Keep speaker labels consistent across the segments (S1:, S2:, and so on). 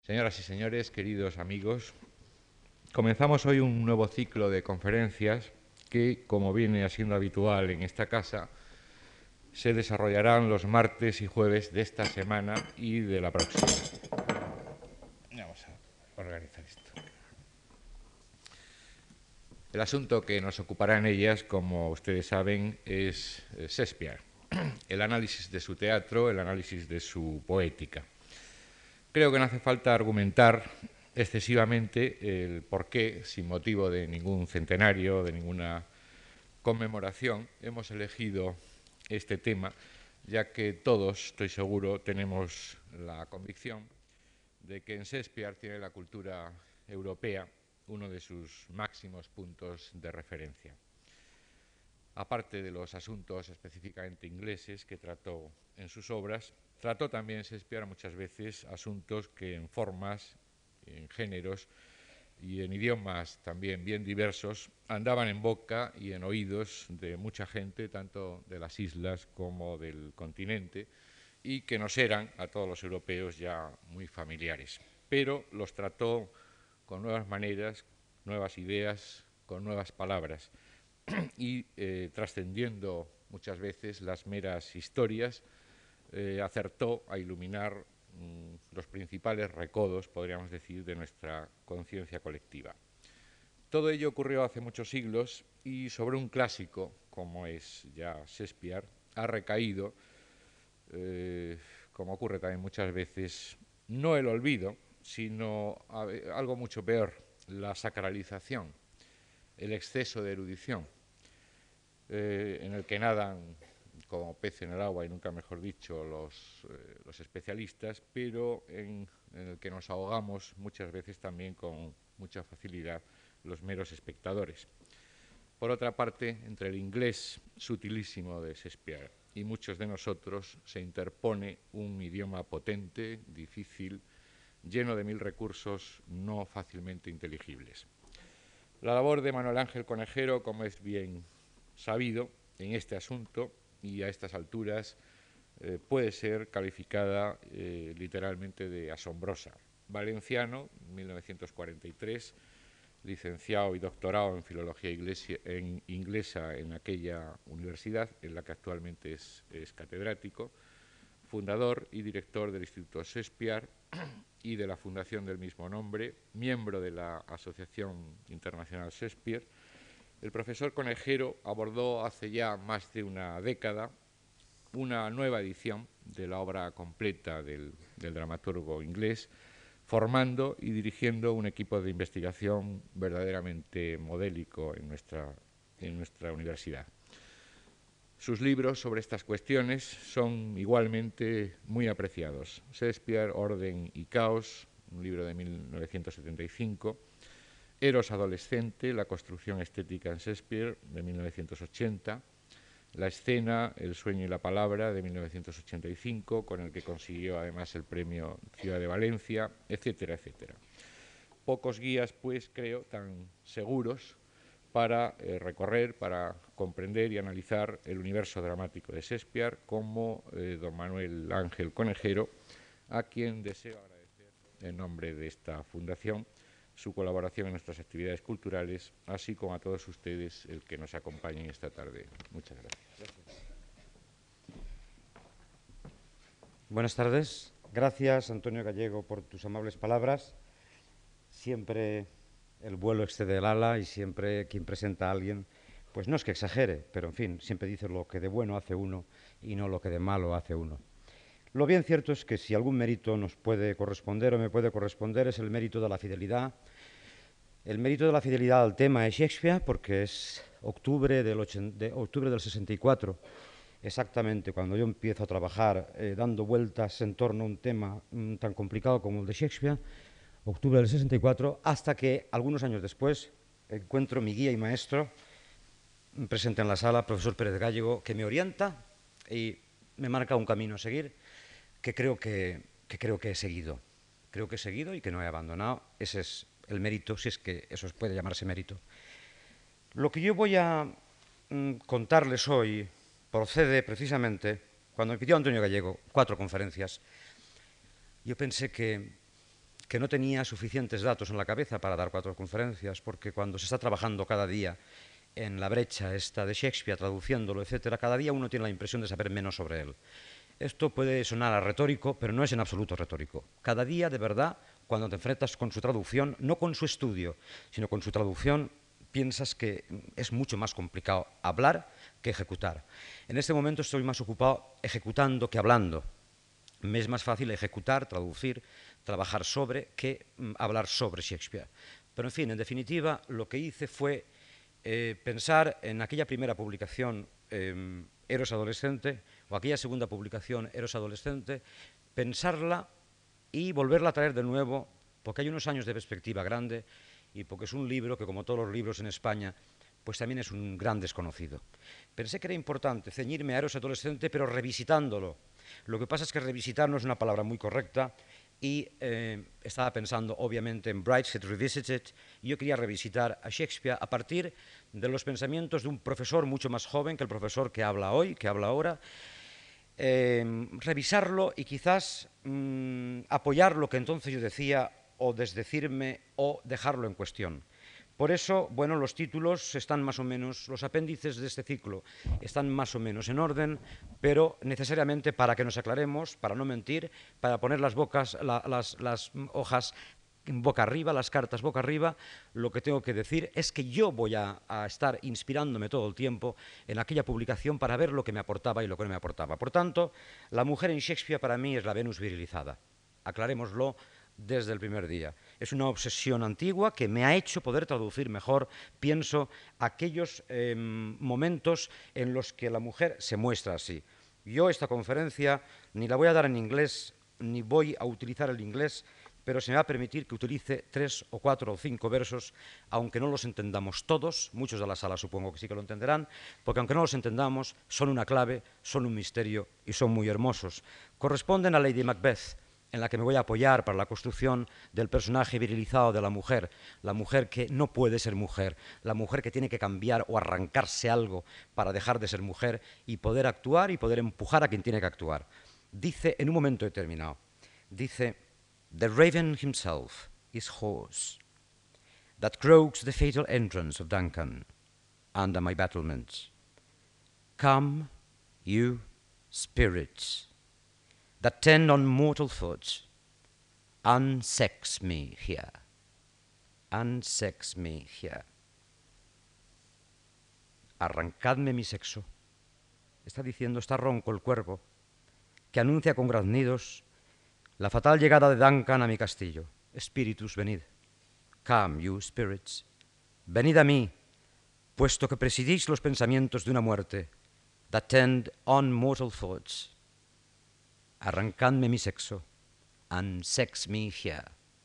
S1: Señoras y señores, queridos amigos, comenzamos hoy un nuevo ciclo de conferencias que, como viene siendo habitual en esta casa, se desarrollarán los martes y jueves de esta semana y de la próxima. Vamos a organizar esto. El asunto que nos ocupará en ellas, como ustedes saben, es Shakespeare, el análisis de su teatro, el análisis de su poética. Creo que no hace falta argumentar excesivamente el por qué, sin motivo de ningún centenario, de ninguna conmemoración, hemos elegido este tema, ya que todos, estoy seguro, tenemos la convicción de que en Shakespeare tiene la cultura europea uno de sus máximos puntos de referencia. Aparte de los asuntos específicamente ingleses que trató en sus obras, trató también Shakespeare muchas veces asuntos que en formas, en géneros y en idiomas también bien diversos andaban en boca y en oídos de mucha gente, tanto de las islas como del continente, y que nos eran a todos los europeos ya muy familiares. Pero los trató con nuevas maneras, nuevas ideas, con nuevas palabras y trascendiendo muchas veces las meras historias, acertó a iluminar los principales recodos, podríamos decir, de nuestra conciencia colectiva. Todo ello ocurrió hace muchos siglos y sobre un clásico, como es ya Shakespeare, ha recaído, como ocurre también muchas veces, no el olvido, sino algo mucho peor, la sacralización, el exceso de erudición, en el que nadan como pez en el agua, y nunca mejor dicho, los especialistas, pero en el que nos ahogamos muchas veces también con mucha facilidad los meros espectadores. Por otra parte, entre el inglés sutilísimo de Shakespeare y muchos de nosotros se interpone un idioma potente, difícil, lleno de mil recursos no fácilmente inteligibles. La labor de Manuel Ángel Conejero, como es bien sabido, en este asunto y a estas alturas puede ser calificada literalmente de asombrosa. Valenciano, 1943, licenciado y doctorado en filología inglesa en aquella universidad, en la que actualmente es catedrático, fundador y director del Instituto Shakespeare y de la fundación del mismo nombre, miembro de la Asociación Internacional Shakespeare. El profesor Conejero abordó hace ya más de una década una nueva edición de la obra completa del dramaturgo inglés, formando y dirigiendo un equipo de investigación verdaderamente modélico en nuestra universidad. Sus libros sobre estas cuestiones son igualmente muy apreciados. Shakespeare, Orden y Caos, un libro de 1975, Eros adolescente, la construcción estética en Shakespeare, de 1980, La escena, el sueño y la palabra, de 1985, con el que consiguió además el premio Ciudad de Valencia, etcétera, etcétera. Pocos guías, pues, creo, tan seguros para recorrer, para comprender y analizar el universo dramático de Shakespeare como don Manuel Ángel Conejero, a quien deseo agradecer en nombre de esta fundación su colaboración en nuestras actividades culturales, así como a todos ustedes el que nos acompañen esta tarde. Muchas gracias.
S2: Buenas tardes. Gracias, Antonio Gallego, por tus amables palabras. Siempre el vuelo excede el ala y siempre quien presenta a alguien, pues no es que exagere, pero en fin, siempre dice lo que de bueno hace uno y no lo que de malo hace uno. Lo bien cierto es que si algún mérito nos puede corresponder o me puede corresponder es el mérito de la fidelidad. El mérito de la fidelidad al tema de Shakespeare, porque es octubre del 64, exactamente cuando yo empiezo a trabajar dando vueltas en torno a un tema tan complicado como el de Shakespeare, octubre del 64, hasta que algunos años después encuentro mi guía y maestro presente en la sala, profesor Pérez Gallego, que me orienta y me marca un camino a seguir que creo que he seguido. Creo que he seguido y que no he abandonado. Ese es el mérito, si es que eso puede llamarse mérito. Lo que yo voy a contarles hoy procede precisamente cuando me pidió Antonio Gallego 4 conferencias. Yo pensé que que no tenía suficientes datos en la cabeza para dar 4 conferencias, porque cuando se está trabajando cada día en la brecha esta de Shakespeare, traduciéndolo, etcétera, cada día uno tiene la impresión de saber menos sobre él. Esto puede sonar a retórico, pero no es en absoluto retórico. Cada día, de verdad, cuando te enfrentas con su traducción, no con su estudio, sino con su traducción, piensas que es mucho más complicado hablar que ejecutar. En este momento estoy más ocupado ejecutando que hablando. Me es más fácil ejecutar, traducir, trabajar sobre que hablar sobre Shakespeare. Pero, en fin, en definitiva, lo que hice fue pensar en aquella primera publicación, Eros Adolescente, o aquella segunda publicación, Eros Adolescente, pensarla y volverla a traer de nuevo, porque hay unos años de perspectiva grande y porque es un libro que, como todos los libros en España, pues también es un gran desconocido. Pensé que era importante ceñirme a Eros Adolescente, pero revisitándolo. Lo que pasa es que revisitar no es una palabra muy correcta y estaba pensando, obviamente, en Brideshead Revisited, y yo quería revisitar a Shakespeare a partir de los pensamientos de un profesor mucho más joven que el profesor que habla hoy, que habla ahora, revisarlo y quizás apoyar lo que entonces yo decía, o desdecirme o dejarlo en cuestión. Por eso, bueno, los títulos están más o menos, los apéndices de este ciclo están más o menos en orden, pero necesariamente para que nos aclaremos, para no mentir, para poner las hojas boca arriba, las cartas boca arriba, lo que tengo que decir es que yo voy a estar inspirándome todo el tiempo en aquella publicación para ver lo que me aportaba y lo que no me aportaba. Por tanto, la mujer en Shakespeare para mí es la Venus virilizada. Aclarémoslo desde el primer día. Es una obsesión antigua que me ha hecho poder traducir mejor, pienso, aquellos momentos en los que la mujer se muestra así. Yo esta conferencia ni la voy a dar en inglés, ni voy a utilizar el inglés, pero se me va a permitir que utilice 3 o 4 o 5 versos, aunque no los entendamos todos, muchos de la sala supongo que sí que lo entenderán, porque aunque no los entendamos, son una clave, son un misterio y son muy hermosos. Corresponden a Lady Macbeth, en la que me voy a apoyar para la construcción del personaje virilizado de la mujer que no puede ser mujer, la mujer que tiene que cambiar o arrancarse algo para dejar de ser mujer y poder actuar y poder empujar a quien tiene que actuar. Dice, en un momento determinado, dice: "The raven himself is hoarse, that croaks the fatal entrance of Duncan under my battlements. Come, you spirits, that tend on mortal foot, unsex me here, unsex me here." Arrancadme mi sexo. Está diciendo, está ronco el cuervo, que anuncia con graznidos la fatal llegada de Duncan a mi castillo. Espíritus, venid. Come, you spirits. Venid a mí, puesto que presidís los pensamientos de una muerte, that tend on mortal thoughts. Arrancadme mi sexo, unsex me here,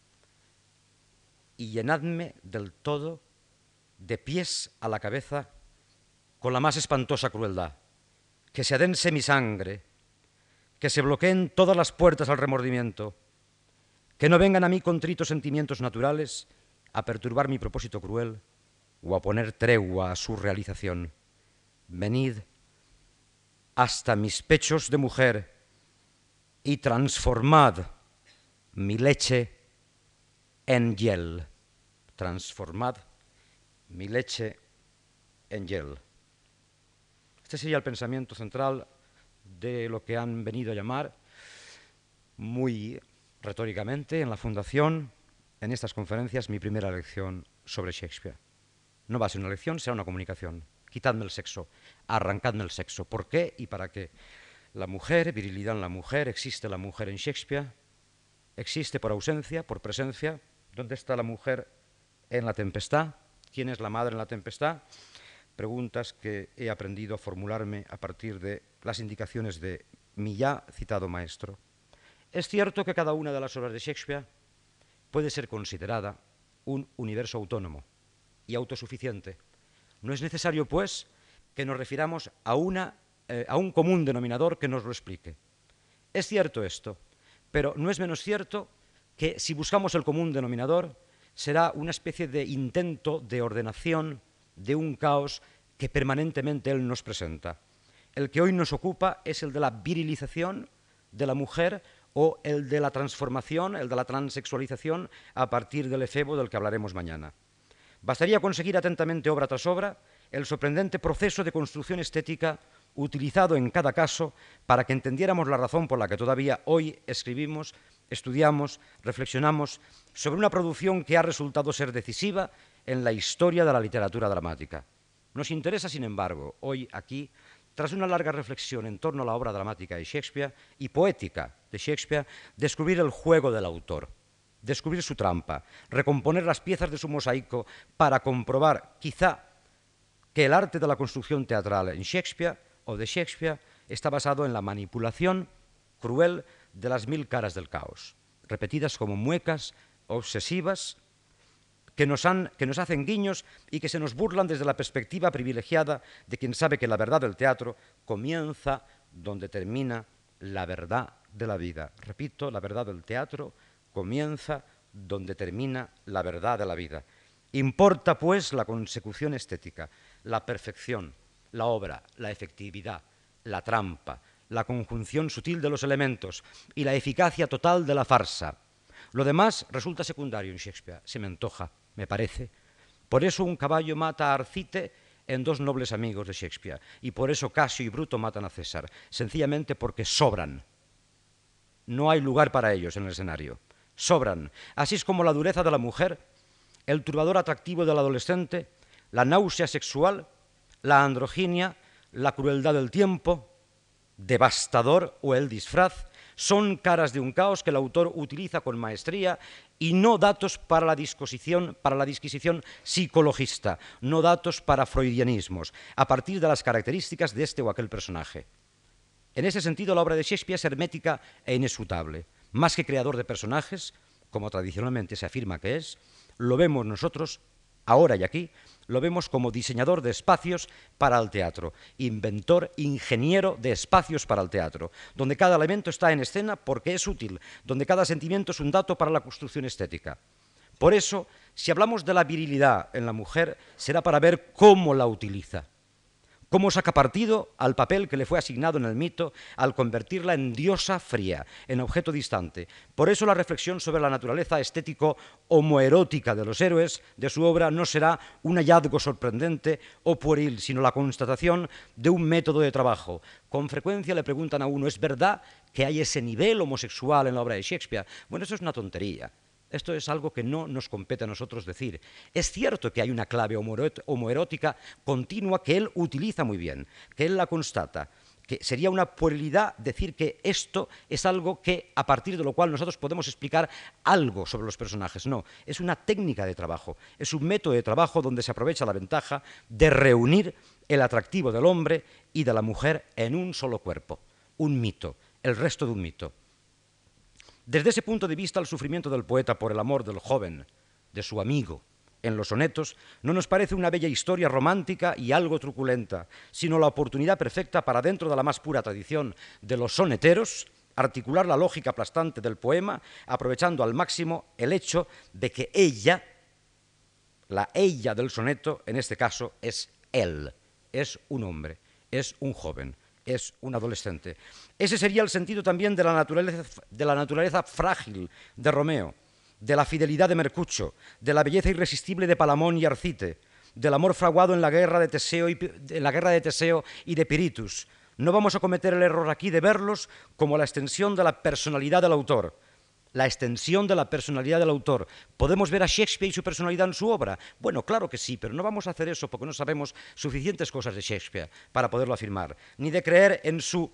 S2: y llenadme del todo, de pies a la cabeza, con la más espantosa crueldad, que se adense mi sangre, que se bloqueen todas las puertas al remordimiento, que no vengan a mí contritos sentimientos naturales a perturbar mi propósito cruel o a poner tregua a su realización. Venid hasta mis pechos de mujer y transformad mi leche en hiel. Transformad mi leche en hiel. Este sería el pensamiento central de lo que han venido a llamar, muy retóricamente, en la Fundación, en estas conferencias, mi primera lección sobre Shakespeare. No va a ser una lección, será una comunicación. Quitadme el sexo, arrancadme el sexo. ¿Por qué y para qué? La mujer, virilidad en la mujer, existe la mujer en Shakespeare, existe por ausencia, por presencia. ¿Dónde está la mujer en La Tempestad? ¿Quién es la madre en La Tempestad? Preguntas que he aprendido a formularme a partir de las indicaciones de mi ya citado maestro. Es cierto que cada una de las obras de Shakespeare puede ser considerada un universo autónomo y autosuficiente. No es necesario, pues, que nos refiramos a un común denominador que nos lo explique. Es cierto esto, pero no es menos cierto que si buscamos el común denominador será una especie de intento de ordenación de un caos que permanentemente él nos presenta. El que hoy nos ocupa es el de la virilización de la mujer o el de la transformación, el de la transexualización a partir del efebo del que hablaremos mañana. Bastaría conseguir atentamente obra tras obra el sorprendente proceso de construcción estética utilizado en cada caso para que entendiéramos la razón por la que todavía hoy escribimos, estudiamos, reflexionamos sobre una producción que ha resultado ser decisiva en la historia de la literatura dramática. Nos interesa, sin embargo, hoy aquí, tras una larga reflexión en torno a la obra dramática de Shakespeare y poética de Shakespeare, descubrir el juego del autor, descubrir su trampa, recomponer las piezas de su mosaico para comprobar, quizá, que el arte de la construcción teatral en Shakespeare o de Shakespeare está basado en la manipulación cruel de las 1000 caras del caos, repetidas como muecas obsesivas que nos hacen guiños y que se nos burlan desde la perspectiva privilegiada de quien sabe que la verdad del teatro comienza donde termina la verdad de la vida. Repito, la verdad del teatro comienza donde termina la verdad de la vida. Importa, pues, la consecución estética, la perfección, la obra, la efectividad, la trampa, la conjunción sutil de los elementos y la eficacia total de la farsa. Lo demás resulta secundario en Shakespeare, se me antoja, me parece. Por eso un caballo mata a Arcite en Dos nobles amigos de Shakespeare, y por eso Casio y Bruto matan a César, sencillamente porque sobran. No hay lugar para ellos en el escenario. Sobran, así es como la dureza de la mujer, el turbador atractivo del adolescente, la náusea sexual, la androginia, la crueldad del tiempo, devastador o el disfraz, son caras de un caos que el autor utiliza con maestría y no datos para la disquisición psicologista, no datos para freudianismos, a partir de las características de este o aquel personaje. En ese sentido, la obra de Shakespeare es hermética e inescrutable. Más que creador de personajes, como tradicionalmente se afirma que es, lo vemos nosotros, ahora y aquí, lo vemos como diseñador de espacios para el teatro, inventor, ingeniero de espacios para el teatro, donde cada elemento está en escena porque es útil, donde cada sentimiento es un dato para la construcción estética. Por eso, si hablamos de la virilidad en la mujer, será para ver cómo la utiliza, cómo saca partido al papel que le fue asignado en el mito al convertirla en diosa fría, en objeto distante. Por eso la reflexión sobre la naturaleza estético-homoerótica de los héroes de su obra no será un hallazgo sorprendente o pueril, sino la constatación de un método de trabajo. Con frecuencia le preguntan a uno, ¿es verdad que hay ese nivel homosexual en la obra de Shakespeare? Bueno, eso es una tontería. Esto es algo que no nos compete a nosotros decir. Es cierto que hay una clave homoerótica continua que él utiliza muy bien, que él la constata, que sería una puerilidad decir que esto es algo que, a partir de lo cual nosotros podemos explicar algo sobre los personajes. No, es una técnica de trabajo, es un método de trabajo donde se aprovecha la ventaja de reunir el atractivo del hombre y de la mujer en un solo cuerpo, un mito, el resto de un mito. Desde ese punto de vista, el sufrimiento del poeta por el amor del joven, de su amigo, en los sonetos, no nos parece una bella historia romántica y algo truculenta, sino la oportunidad perfecta para, dentro de la más pura tradición de los soneteros, articular la lógica aplastante del poema, aprovechando al máximo el hecho de que ella, la ella del soneto, en este caso, es él, es un hombre, es un joven, es un adolescente. Ese sería el sentido también de la naturaleza frágil de Romeo, de la fidelidad de Mercucho, de la belleza irresistible de Palamón y Arcite, del amor fraguado en la guerra de Teseo y de Piritus. No vamos a cometer el error aquí de verlos como la extensión de la personalidad del autor. La extensión de la personalidad del autor. ¿Podemos ver a Shakespeare y su personalidad en su obra? Bueno, claro que sí, pero no vamos a hacer eso porque no sabemos suficientes cosas de Shakespeare para poderlo afirmar, ni de creer en su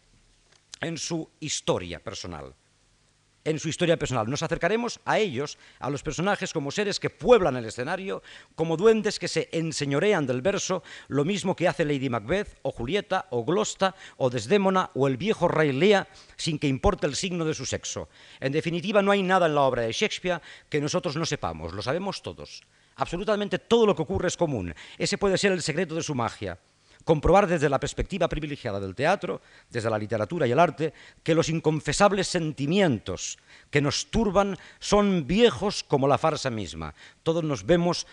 S2: historia personal. En su historia personal. Nos acercaremos a ellos, a los personajes, como seres que pueblan el escenario, como duendes que se enseñorean del verso, lo mismo que hace Lady Macbeth, o Julieta, o Glosta, o Desdémona, o el viejo rey Lear, sin que importe el signo de su sexo. En definitiva, no hay nada en la obra de Shakespeare que nosotros no sepamos, lo sabemos todos. Absolutamente todo lo que ocurre es común. Ese puede ser el secreto de su magia. comprobar desde la perspectiva privilegiada del teatro, desde la literatura y el arte, que los inconfesables sentimientos que nos turban son viejos como la farsa misma. Todos nos vemos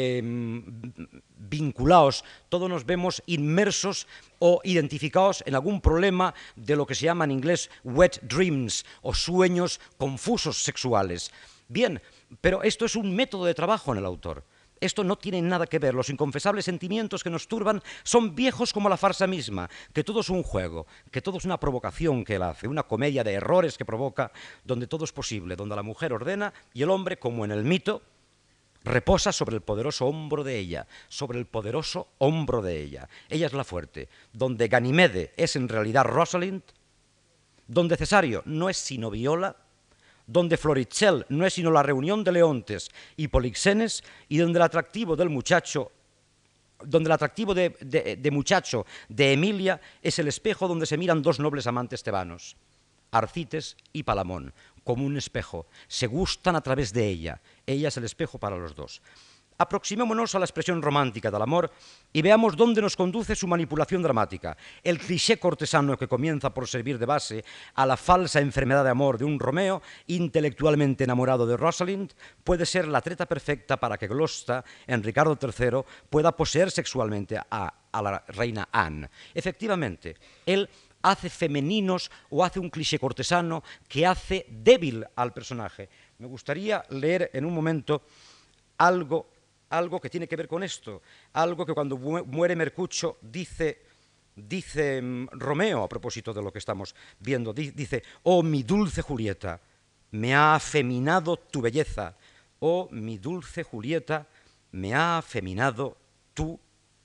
S2: vinculados, todos nos vemos inmersos o identificados en algún problema de lo que se llama en inglés wet dreams o sueños confusos sexuales. Bien, pero esto es un método de trabajo en el autor. Esto no tiene nada que ver. Los inconfesables sentimientos que nos turban son viejos como la farsa misma, que todo es un juego, que todo es una provocación que él hace, una comedia de errores que provoca, donde todo es posible, donde la mujer ordena y el hombre, como en el mito, reposa sobre el poderoso hombro de ella, sobre el poderoso hombro de ella. Ella es la fuerte. Donde Ganimede es en realidad Rosalind, donde Cesario no es sino Viola, donde Florizel no es sino la reunión de Leontes y Polixenes, y donde el atractivo del muchacho, donde el atractivo de muchacho de Emilia es el espejo donde se miran dos nobles amantes tebanos, Arcites y Palamón, como un espejo, se gustan a través de ella. Ella es el espejo para los dos. Aproximémonos a la expresión romántica del amor y veamos dónde nos conduce su manipulación dramática. El cliché cortesano que comienza por servir de base a la falsa enfermedad de amor de un Romeo intelectualmente enamorado de Rosalind puede ser la treta perfecta para que Glosta, en Ricardo III, pueda poseer sexualmente a la reina Anne. Efectivamente, él hace femeninos o hace un cliché cortesano que hace débil al personaje. Me gustaría leer en un momento algo que tiene que ver con esto, algo que cuando muere Mercucho dice Romeo a propósito de lo que estamos viendo, dice: oh, mi dulce Julieta, me ha afeminado tu belleza, oh, mi dulce Julieta, me ha afeminado tu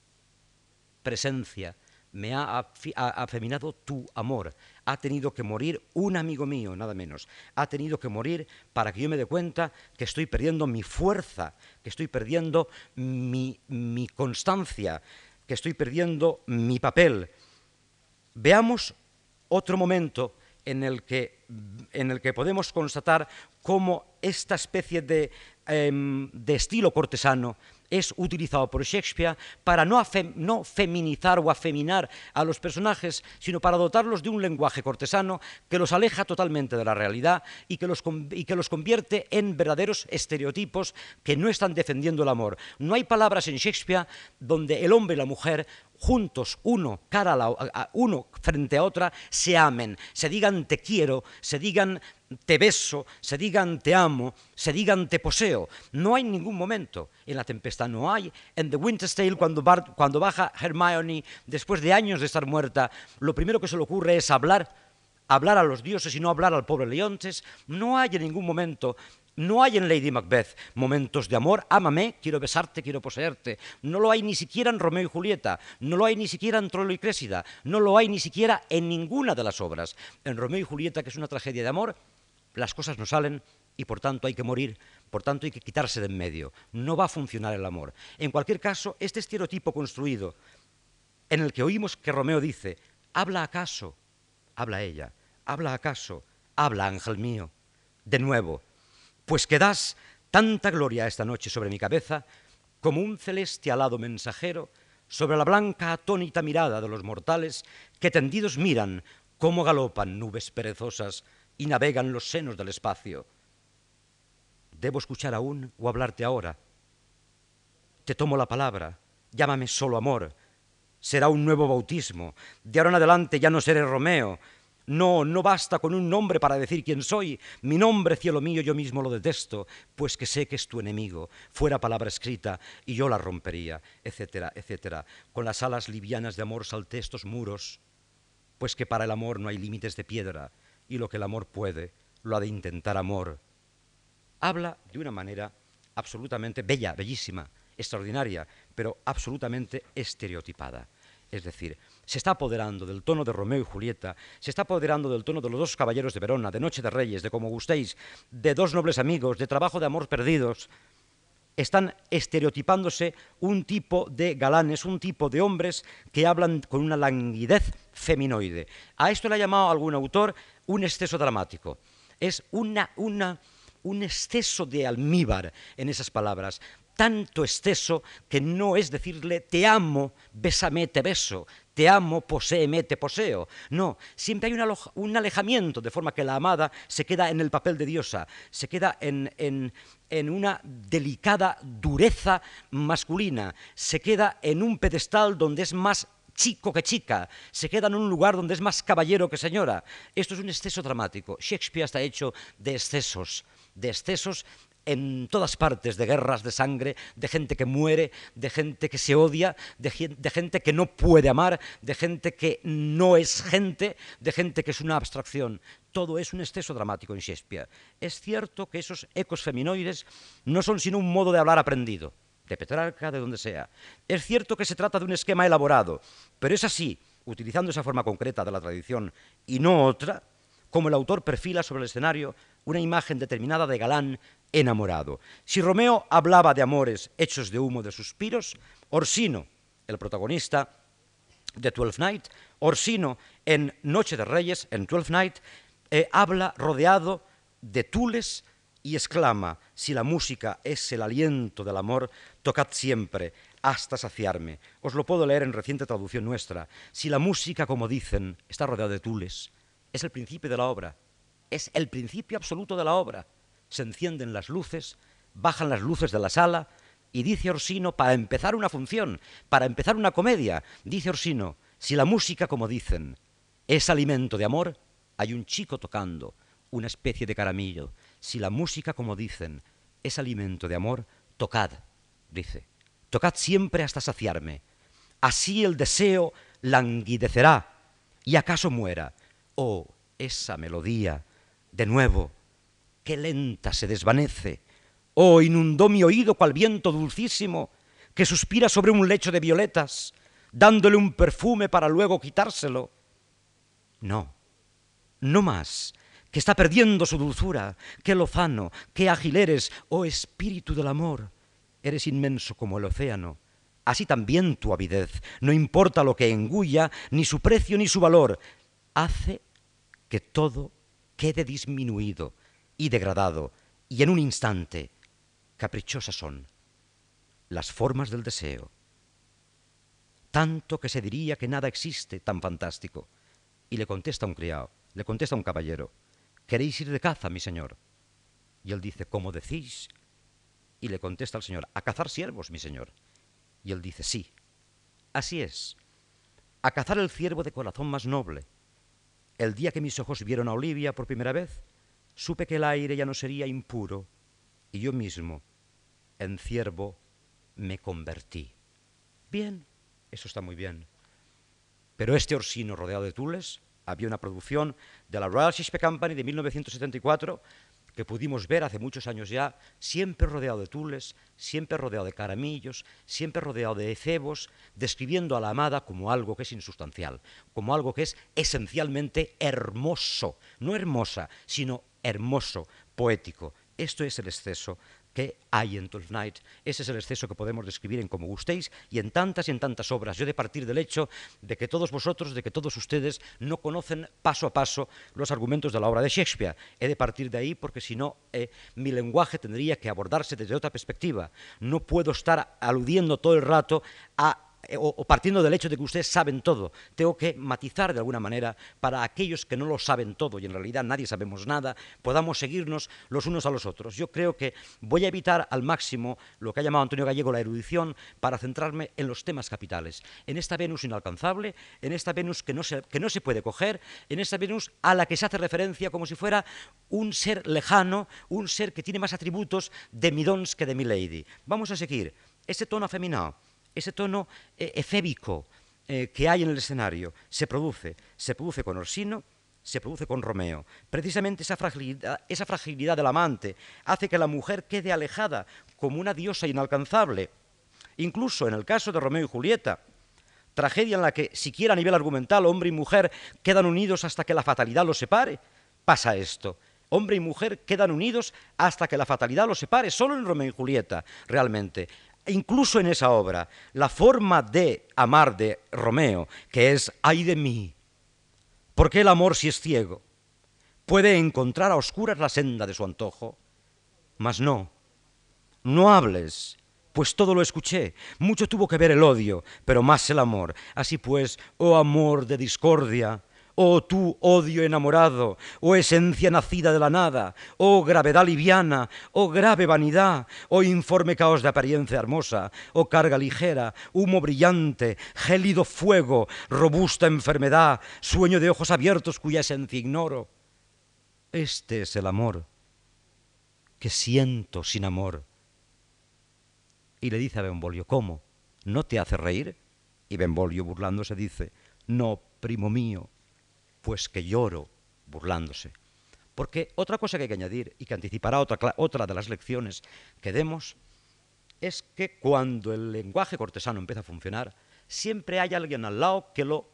S2: presencia, me ha afeminado tu amor. Ha tenido que morir un amigo mío, nada menos. Ha tenido que morir para que yo me dé cuenta que estoy perdiendo mi fuerza, que estoy perdiendo mi constancia, que estoy perdiendo mi papel. Veamos otro momento en el que podemos constatar cómo esta especie de estilo cortesano es utilizado por Shakespeare para no feminizar o afeminar a los personajes, sino para dotarlos de un lenguaje cortesano que los aleja totalmente de la realidad y que los convierte en verdaderos estereotipos que no están defendiendo el amor. No hay palabras en Shakespeare donde el hombre y la mujer juntos, uno frente a otra, se amen, se digan te quiero, se digan te beso, se digan te amo, se digan te poseo. No hay ningún momento. En La Tempestad no hay. En The Winter's Tale, cuando baja Hermione, después de años de estar muerta, lo primero que se le ocurre es hablar a los dioses y no hablar al pobre Leontes. No hay en ningún momento. No hay en Lady Macbeth momentos de amor, ámame, quiero besarte, quiero poseerte. No lo hay ni siquiera en Romeo y Julieta, no lo hay ni siquiera en Troilo y Crésida, no lo hay ni siquiera en ninguna de las obras. En Romeo y Julieta, que es una tragedia de amor, las cosas no salen y por tanto hay que morir, por tanto hay que quitarse de en medio. No va a funcionar el amor. En cualquier caso, este estereotipo construido en el que oímos que Romeo dice, ¿habla acaso? Habla ella. ¿Habla acaso? Habla, ángel mío. De nuevo, pues que das tanta gloria esta noche sobre mi cabeza como un celeste alado mensajero sobre la blanca atónita mirada de los mortales que tendidos miran cómo galopan nubes perezosas y navegan los senos del espacio. ¿Debo escuchar aún o hablarte ahora? Te tomo la palabra, llámame solo amor. Será un nuevo bautismo. De ahora en adelante ya no seré Romeo. No, no basta con un nombre para decir quién soy. Mi nombre, cielo mío, yo mismo lo detesto, pues que sé que es tu enemigo. Fuera palabra escrita y yo la rompería, etcétera, etcétera. Con las alas livianas de amor salté estos muros, pues que para el amor no hay límites de piedra, y lo que el amor puede, lo ha de intentar amor. Habla de una manera absolutamente bella, bellísima, extraordinaria, pero absolutamente estereotipada. Es decir, se está apoderando del tono de Romeo y Julieta, se está apoderando del tono de los dos caballeros de Verona, de Noche de Reyes, de Como gustéis, de Dos nobles amigos, de Trabajo de amor perdidos. Están estereotipándose un tipo de galanes, un tipo de hombres que hablan con una languidez feminoide. A esto le ha llamado algún autor un exceso dramático. Es un exceso de almíbar en esas palabras. tanto exceso que no es decirle te amo, bésame, te beso, te amo, poséeme, te poseo. No, siempre hay un alejamiento, de forma que la amada se queda en el papel de diosa, se queda en una delicada dureza masculina, se queda en un pedestal donde es más chico que chica, se queda en un lugar donde es más caballero que señora. Esto es un exceso dramático. Shakespeare está hecho de excesos en todas partes, de guerras de sangre, de gente que muere, de gente que se odia, de gente que no puede amar, de gente que no es gente, de gente que es una abstracción. Todo es un exceso dramático en Shakespeare. Es cierto que esos ecos feminoides no son sino un modo de hablar aprendido, de Petrarca, de donde sea. Es cierto que se trata de un esquema elaborado, pero es así, utilizando esa forma concreta de la tradición y no otra, como el autor perfila sobre el escenario una imagen determinada de galán enamorado. Si Romeo hablaba de amores hechos de humo, de suspiros, Orsino, el protagonista de Twelfth Night, Orsino en Noche de Reyes, en Twelfth Night, habla rodeado de tules y exclama: si la música es el aliento del amor, tocad siempre hasta saciarme. Os lo puedo leer en reciente traducción nuestra. Si la música, como dicen, está rodeada de tules, es el principio de la obra, es el principio absoluto de la obra. Se encienden las luces, bajan las luces de la sala y dice Orsino, para empezar una función, para empezar una comedia, dice Orsino: si la música, como dicen, es alimento de amor, hay un chico tocando una especie de caramillo. Si la música, como dicen, es alimento de amor, tocad, dice, tocad siempre hasta saciarme. Así el deseo languidecerá y acaso muera. Oh, esa melodía, de nuevo, qué lenta se desvanece. Oh, inundó mi oído cual viento dulcísimo que suspira sobre un lecho de violetas, dándole un perfume para luego quitárselo. No, no más, que está perdiendo su dulzura. Qué lozano, qué ágil eres, oh espíritu del amor. Eres inmenso como el océano. Así también tu avidez, no importa lo que engulla, ni su precio ni su valor, hace que todo quede disminuido y degradado, y en un instante caprichosas son las formas del deseo. Tanto que se diría que nada existe tan fantástico. Y le contesta un criado, le contesta un caballero: ¿queréis ir de caza, mi señor? Y él dice: ¿cómo decís? Y le contesta el señor: a cazar ciervos, mi señor. Y él dice: sí, así es, a cazar el ciervo de corazón más noble. El día que mis ojos vieron a Olivia por primera vez, supe que el aire ya no sería impuro, y yo mismo, en ciervo, me convertí. Bien, eso está muy bien. Pero este Orsino rodeado de tules, había una producción de la Royal Shakespeare Company de 1974 que pudimos ver hace muchos años ya, siempre rodeado de tules, siempre rodeado de caramillos, siempre rodeado de efebos, describiendo a la amada como algo que es insustancial, como algo que es esencialmente hermoso, no hermosa, sino hermoso, poético. Esto es el exceso que hay en Twelfth Night. Ese es el exceso que podemos describir en Como gustéis y en tantas obras. Yo he de partir del hecho de que todos vosotros, de que todos ustedes no conocen paso a paso los argumentos de la obra de Shakespeare. He de partir de ahí porque si no, mi lenguaje tendría que abordarse desde otra perspectiva. No puedo estar aludiendo todo el rato o partiendo del hecho de que ustedes saben todo. Tengo que matizar de alguna manera para aquellos que no lo saben todo y en realidad nadie sabemos nada, podamos seguirnos los unos a los otros. Yo creo que voy a evitar al máximo lo que ha llamado Antonio Gallego la erudición para centrarme en los temas capitales, en esta Venus inalcanzable, en esta Venus que no se puede coger, en esta Venus a la que se hace referencia como si fuera un ser lejano, un ser que tiene más atributos de Midons que de Milady. Vamos a seguir ese tono afeminado, ese tono efébico que hay en el escenario, se produce con Orsino, se produce con Romeo. Precisamente esa fragilidad del amante hace que la mujer quede alejada como una diosa inalcanzable. Incluso en el caso de Romeo y Julieta, tragedia en la que siquiera a nivel argumental hombre y mujer quedan unidos hasta que la fatalidad los separe, pasa esto. Hombre y mujer quedan unidos hasta que la fatalidad los separe, solo en Romeo y Julieta, realmente. Incluso en esa obra, la forma de amar de Romeo, que es «ay de mí», ¿por qué el amor si es ciego? Puede encontrar a oscuras la senda de su antojo, mas no hables, pues todo lo escuché. Mucho tuvo que ver el odio, pero más el amor. Así pues, oh amor de discordia, oh tú, odio enamorado, oh esencia nacida de la nada, oh gravedad liviana, oh grave vanidad, oh informe caos de apariencia hermosa, oh carga ligera, humo brillante, gélido fuego, robusta enfermedad, sueño de ojos abiertos cuya esencia ignoro. Este es el amor que siento sin amor. Y le dice a Benvolio, ¿cómo? ¿No te hace reír? Y Benvolio, burlándose, dice, no, primo mío, pues que lloro burlándose. Porque otra cosa que hay que añadir y que anticipará otra de las lecciones que demos es que cuando el lenguaje cortesano empieza a funcionar, siempre hay alguien al lado que lo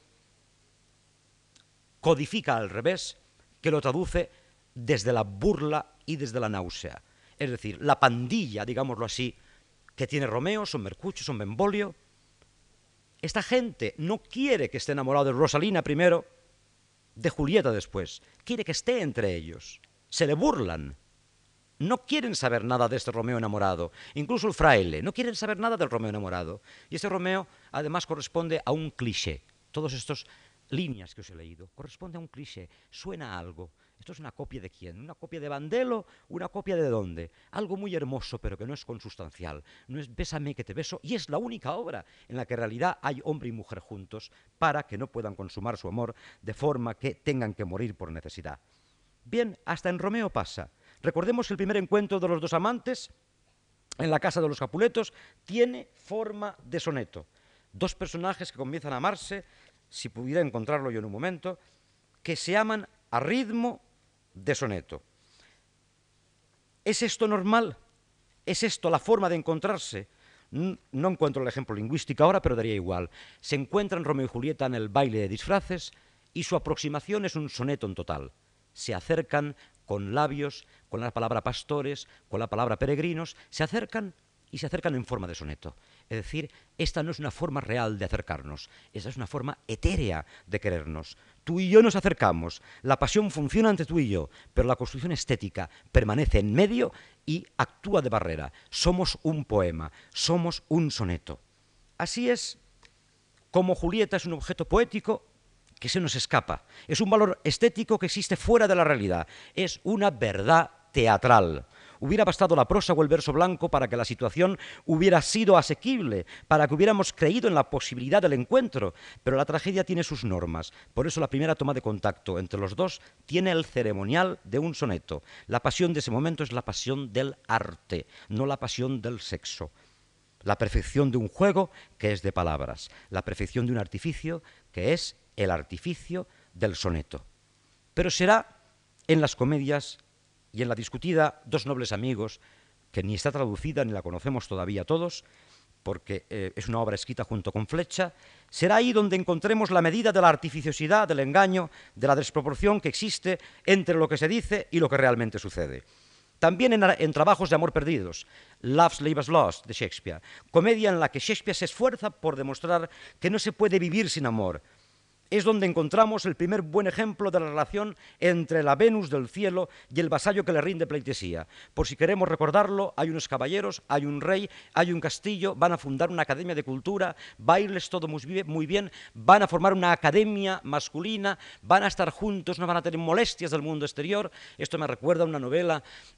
S2: codifica al revés, que lo traduce desde la burla y desde la náusea. Es decir, la pandilla, digámoslo así, que tiene Romeo, son Mercucio, son Benvolio. Esta gente no quiere que esté enamorado de Rosalina primero, de Julieta después. Quiere que esté entre ellos. Se le burlan. No quieren saber nada de este Romeo enamorado. Incluso el fraile. No quieren saber nada del Romeo enamorado. Y ese Romeo, además, corresponde a un cliché. Todos estos líneas que os he leído corresponde a un cliché. Suena a algo. ¿Esto es una copia de quién? ¿Una copia de Bandello? ¿Una copia de dónde? Algo muy hermoso, pero que no es consustancial. No es bésame que te beso, y es la única obra en la que en realidad hay hombre y mujer juntos para que no puedan consumar su amor de forma que tengan que morir por necesidad. Bien, hasta en Romeo pasa. Recordemos que el primer encuentro de los dos amantes en la casa de los Capuletos tiene forma de soneto. Dos personajes que comienzan a amarse, si pudiera encontrarlo yo en un momento, que se aman a ritmo de soneto. ¿Es esto normal? ¿Es esto la forma de encontrarse? No encuentro el ejemplo lingüístico ahora, pero daría igual. Se encuentran Romeo y Julieta en el baile de disfraces y su aproximación es un soneto en total. Se acercan con labios, con la palabra pastores, con la palabra peregrinos, se acercan y se acercan en forma de soneto. Es decir, esta no es una forma real de acercarnos, esta es una forma etérea de querernos. Tú y yo nos acercamos, la pasión funciona entre tú y yo, pero la construcción estética permanece en medio y actúa de barrera. Somos un poema, somos un soneto. Así es como Julieta es un objeto poético que se nos escapa, es un valor estético que existe fuera de la realidad, es una verdad teatral. Hubiera bastado la prosa o el verso blanco para que la situación hubiera sido asequible, para que hubiéramos creído en la posibilidad del encuentro, pero la tragedia tiene sus normas. Por eso la primera toma de contacto entre los dos tiene el ceremonial de un soneto. La pasión de ese momento es la pasión del arte, no la pasión del sexo. La perfección de un juego que es de palabras, la perfección de un artificio que es el artificio del soneto. Pero será en las comedias y en la discutida Dos nobles amigos, que ni está traducida ni la conocemos todavía todos, porque es una obra escrita junto con Flecha, será ahí donde encontremos la medida de la artificiosidad, del engaño, de la desproporción que existe entre lo que se dice y lo que realmente sucede. También en Trabajos de amor perdidos, Love's Labour's Lost, de Shakespeare, comedia en la que Shakespeare se esfuerza por demostrar que no se puede vivir sin amor. Es donde encontramos el primer buen ejemplo de la relación entre la Venus del cielo y el vasallo que le rinde pleitesía. Por si queremos recordarlo, hay unos caballeros, hay un rey, hay un castillo, van a fundar una academia de cultura, va a irles todo muy bien, van a formar una academia masculina, van a estar juntos, no van a tener molestias del mundo exterior. Esto me recuerda a una novela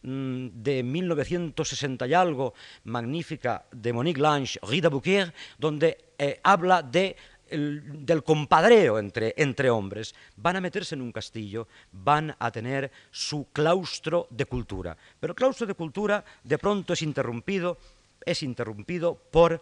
S2: de 1960 y algo, magnífica, de Monique Lange, Rita Bouquet, donde habla del compadreo entre hombres. Van a meterse en un castillo, van a tener su claustro de cultura. Pero el claustro de cultura de pronto es interrumpido por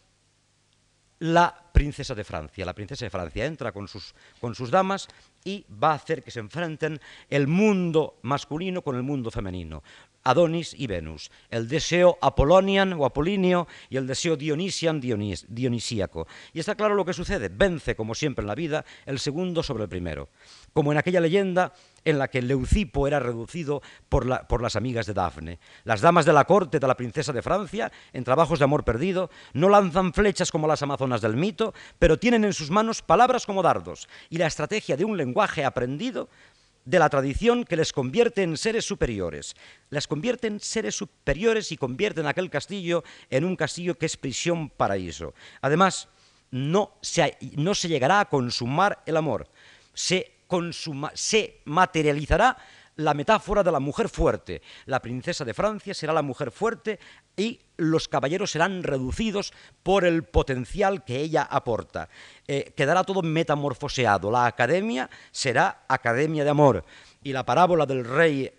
S2: la princesa de Francia. La princesa de Francia entra con sus damas y va a hacer que se enfrenten el mundo masculino con el mundo femenino. Adonis y Venus, el deseo apolonian o apolíneo y el deseo dionisíaco. Y está claro lo que sucede, vence, como siempre en la vida, el segundo sobre el primero. Como en aquella leyenda en la que Leucipo era reducido por las amigas de Dafne. Las damas de la corte de la princesa de Francia, en Trabajos de amor perdido, no lanzan flechas como las amazonas del mito, pero tienen en sus manos palabras como dardos, y la estrategia de un lenguaje aprendido de la tradición que les convierte en seres superiores. Les convierte en seres superiores y convierte en aquel castillo en un castillo que es prisión paraíso. Además, no se llegará a consumar el amor. Se materializará la metáfora de la mujer fuerte. La princesa de Francia será la mujer fuerte y los caballeros serán reducidos por el potencial que ella aporta. Quedará todo metamorfoseado. La academia será academia de amor. Y la parábola del rey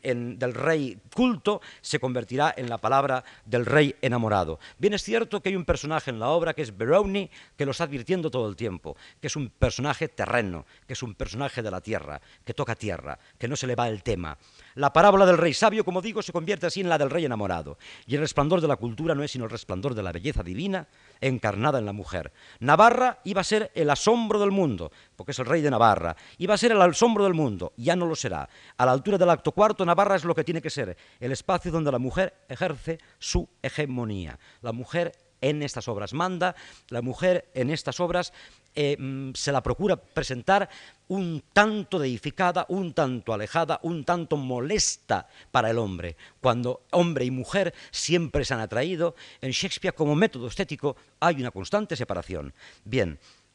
S2: culto se convertirá en la palabra del rey enamorado. Bien es cierto que hay un personaje en la obra que es Veroni, que lo está advirtiendo todo el tiempo, que es un personaje terreno, que es un personaje de la tierra, que toca tierra, que no se le va el tema. La parábola del rey sabio, como digo, se convierte así en la del rey enamorado. Y el resplandor de la cultura no es sino el resplandor de la belleza divina encarnada en la mujer. Navarra iba a ser el asombro del mundo, porque es el rey de Navarra. Iba a ser el asombro del mundo, ya no lo será. A la altura del acto cuarto, Navarra es lo que tiene que ser, el espacio donde la mujer ejerce su hegemonía. La mujer en estas obras manda, la mujer en estas obras se la procura presentar un tanto deificada, un tanto alejada, un tanto molesta para el hombre. Cuando hombre y mujer siempre se han atraído, en Shakespeare como método estético hay una constante separación. Bien,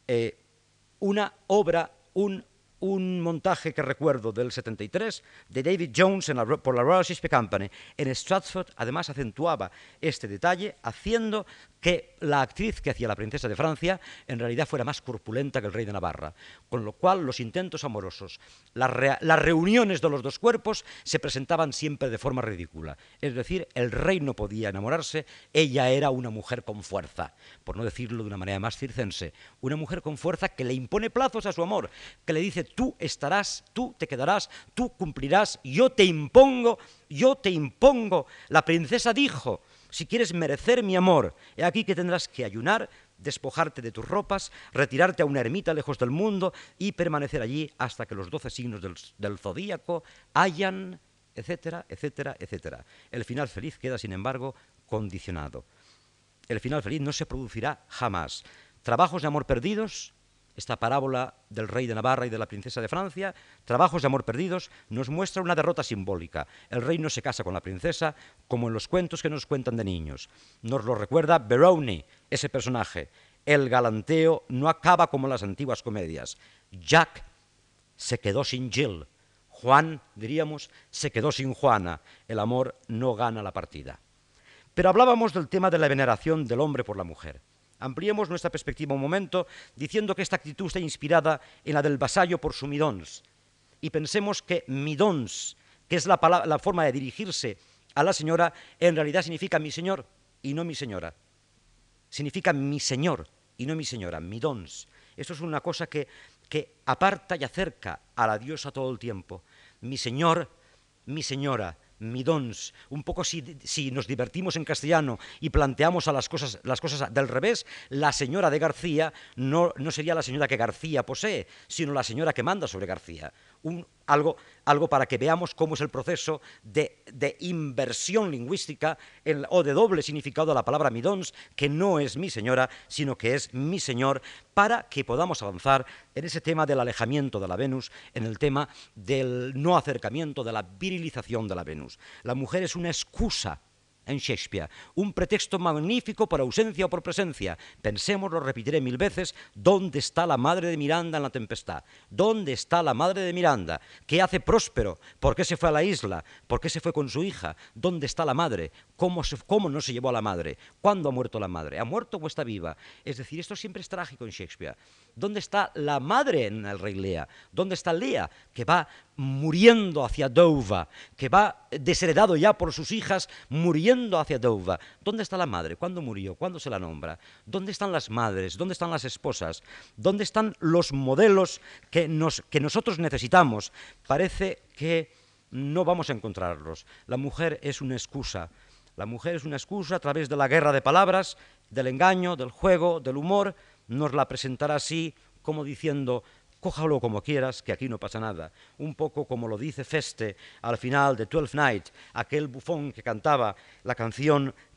S2: una obra, un montaje que recuerdo del 73 de David Jones por la Royal Shakespeare Company en Stratford, además acentuaba este detalle haciendo que la actriz que hacía la princesa de Francia en realidad fuera más corpulenta que el rey de Navarra, con lo cual los intentos amorosos, las reuniones de los dos cuerpos se presentaban siempre de forma ridícula, es decir, el rey no podía enamorarse, ella era una mujer con fuerza, por no decirlo de una manera más circense, una mujer con fuerza que le impone plazos a su amor, que le dice tú estarás, tú te quedarás, tú cumplirás, yo te impongo, la princesa dijo, si quieres merecer mi amor, he aquí que tendrás que ayunar, despojarte de tus ropas, retirarte a una ermita lejos del mundo y permanecer allí hasta que los 12 signos del zodíaco hayan, etcétera, etcétera, etcétera. El final feliz queda, sin embargo, condicionado. El final feliz no se producirá jamás. Trabajos de amor perdidos, esta parábola del rey de Navarra y de la princesa de Francia, trabajos de amor perdidos, nos muestra una derrota simbólica. El rey no se casa con la princesa como en los cuentos que nos cuentan de niños. Nos lo recuerda Veroni, ese personaje. El galanteo no acaba como en las antiguas comedias. Jack se quedó sin Jill. Juan, diríamos, se quedó sin Juana. El amor no gana la partida. Pero hablábamos del tema de la veneración del hombre por la mujer. Ampliemos nuestra perspectiva un momento diciendo que esta actitud está inspirada en la del vasallo por su midons. Y pensemos que midons, que es la forma de dirigirse a la señora, en realidad significa mi señor y no mi señora. Significa mi señor y no mi señora, midons. Esto es una cosa que aparta y acerca a la diosa todo el tiempo. Mi señor, mi señora, midons. Un poco si nos divertimos en castellano y planteamos a las cosas del revés, la señora de García no sería la señora que García posee, sino la señora que manda sobre García. Algo para que veamos cómo es el proceso de inversión lingüística o de doble significado de la palabra midons, que no es mi señora, sino que es mi señor, para que podamos avanzar en ese tema del alejamiento de la Venus, en el tema del no acercamiento, de la virilización de la Venus. La mujer es una excusa en Shakespeare, un pretexto magnífico por ausencia o por presencia. Pensemos, lo repetiré 1000 veces, ¿dónde está la madre de Miranda en la tempestad? ¿Dónde está la madre de Miranda? ¿Qué hace Próspero? ¿Por qué se fue a la isla? ¿Por qué se fue con su hija? ¿Dónde está la madre? ¿Cómo no se llevó a la madre? ¿Cuándo ha muerto la madre? ¿Ha muerto o está viva? Es decir, esto siempre es trágico en Shakespeare. ¿Dónde está la madre en el Rey Lear? ¿Dónde está Lea, que va muriendo hacia Dover, que va desheredado ya por sus hijas, muriendo hacia Dover? ¿Dónde está la madre? ¿Cuándo murió? ¿Cuándo se la nombra? ¿Dónde están las madres? ¿Dónde están las esposas? ¿Dónde están los modelos que nosotros necesitamos? Parece que no vamos a encontrarlos. La mujer es una excusa. La mujer es una excusa a través de la guerra de palabras, del engaño, del juego, del humor. Nos la presentará así, como diciendo: cójalo como quieras, que aquí no pasa nada. Un poco como lo dice Feste al final de Twelfth Night, aquel bufón que cantaba la canción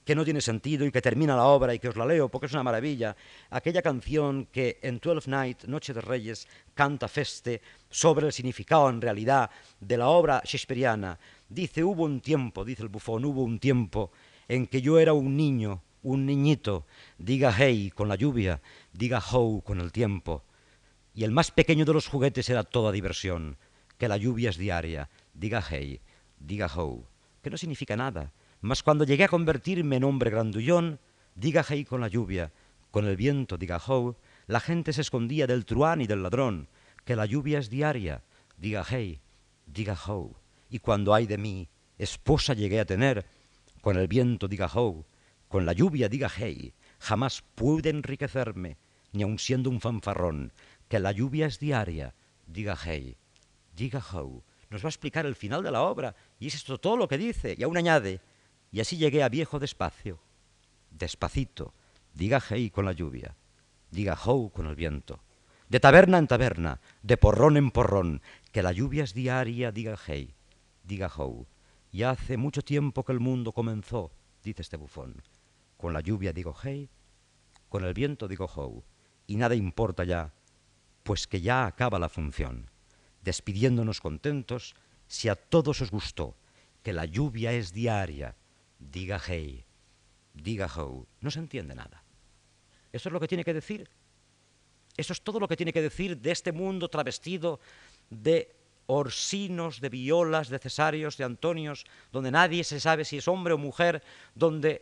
S2: que no tiene sentido y que termina la obra y que os la leo porque es una maravilla, aquella canción que en Twelfth Night, Noche de Reyes, canta Feste sobre el significado en realidad de la obra shakespeariana. Dice, hubo un tiempo, dice el bufón, hubo un tiempo en que yo era un niño, un niñito, diga hey con la lluvia, diga ho con el tiempo, y el más pequeño de los juguetes era toda diversión, que la lluvia es diaria, diga hey, diga ho, que no significa nada. Mas cuando llegué a convertirme en hombre grandullón, diga hey con la lluvia, con el viento, diga ho, la gente se escondía del truán y del ladrón, que la lluvia es diaria, diga hey, diga ho. Y cuando ay de mí, esposa llegué a tener, con el viento, diga ho, con la lluvia, diga hey, jamás pude enriquecerme, ni aun siendo un fanfarrón, que la lluvia es diaria, diga hey, diga ho. Nos va a explicar el final de la obra, y es esto todo lo que dice, y aún añade, y así llegué a viejo despacio, despacito, diga hey con la lluvia, diga ho con el viento, de taberna en taberna, de porrón en porrón, que la lluvia es diaria, diga hey, diga ho. Y hace mucho tiempo que el mundo comenzó, dice este bufón, con la lluvia digo hey, con el viento digo ho, y nada importa ya, pues que ya acaba la función, despidiéndonos contentos, si a todos os gustó, que la lluvia es diaria, diga hey, diga ho, no se entiende nada. Eso es lo que tiene que decir. Eso es todo lo que tiene que decir de este mundo travestido de orsinos, de violas, de cesarios, de antonios, donde nadie se sabe si es hombre o mujer, donde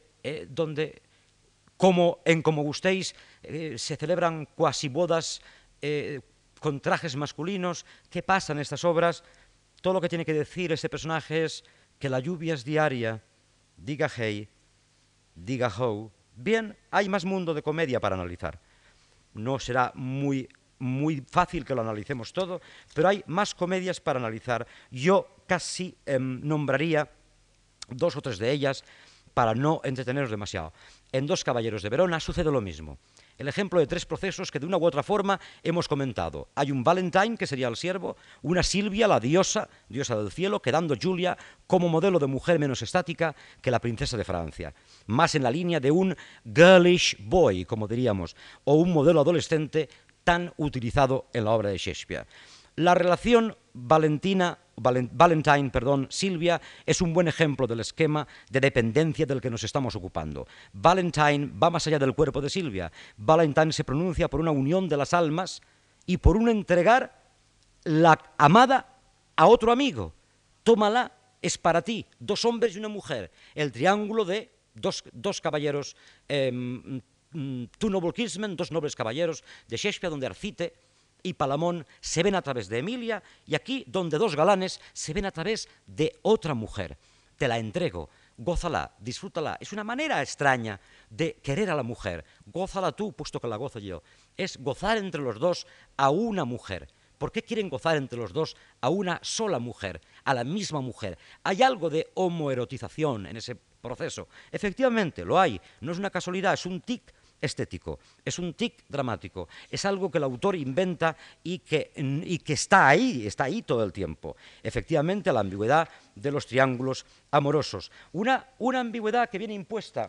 S2: como en Como Gustéis se celebran cuasi bodas con trajes masculinos. ¿Qué pasa en estas obras? Todo lo que tiene que decir este personaje es que la lluvia es diaria, diga hey, diga ho. Bien, hay más mundo de comedia para analizar. No será muy fácil que lo analicemos todo, pero hay más comedias para analizar. Yo casi nombraría 2 o 3 de ellas para no entreteneros demasiado. En Dos caballeros de Verona sucede lo mismo. El ejemplo de 3 procesos que de una u otra forma hemos comentado. Hay un Valentine, que sería el siervo, una Silvia, la diosa del cielo, quedando Julia como modelo de mujer menos estática que la princesa de Francia. Más en la línea de un girlish boy, como diríamos, o un modelo adolescente tan utilizado en la obra de Shakespeare. La relación Valentine-Silvia es un buen ejemplo del esquema de dependencia del que nos estamos ocupando. Valentine va más allá del cuerpo de Silvia. Valentine se pronuncia por una unión de las almas y por un entregar la amada a otro amigo. Tómala, es para ti. 2 hombres y una mujer. El triángulo de dos caballeros, two noble kinsmen, 2 nobles caballeros de Shakespeare, donde Arcite y Palamón se ven a través de Emilia, y aquí donde 2 galanes se ven a través de otra mujer. Te la entrego, gózala, disfrútala. Es una manera extraña de querer a la mujer. Gózala tú, puesto que la gozo yo. Es gozar entre los 2 a una mujer. ¿Por qué quieren gozar entre los 2 a una sola mujer, a la misma mujer? ¿Hay algo de homoerotización en ese proceso? Efectivamente, lo hay. No es una casualidad, es un tic estético, es un tic dramático, es algo que el autor inventa y que está ahí todo el tiempo. Efectivamente, la ambigüedad de los triángulos amorosos. Una ambigüedad que viene impuesta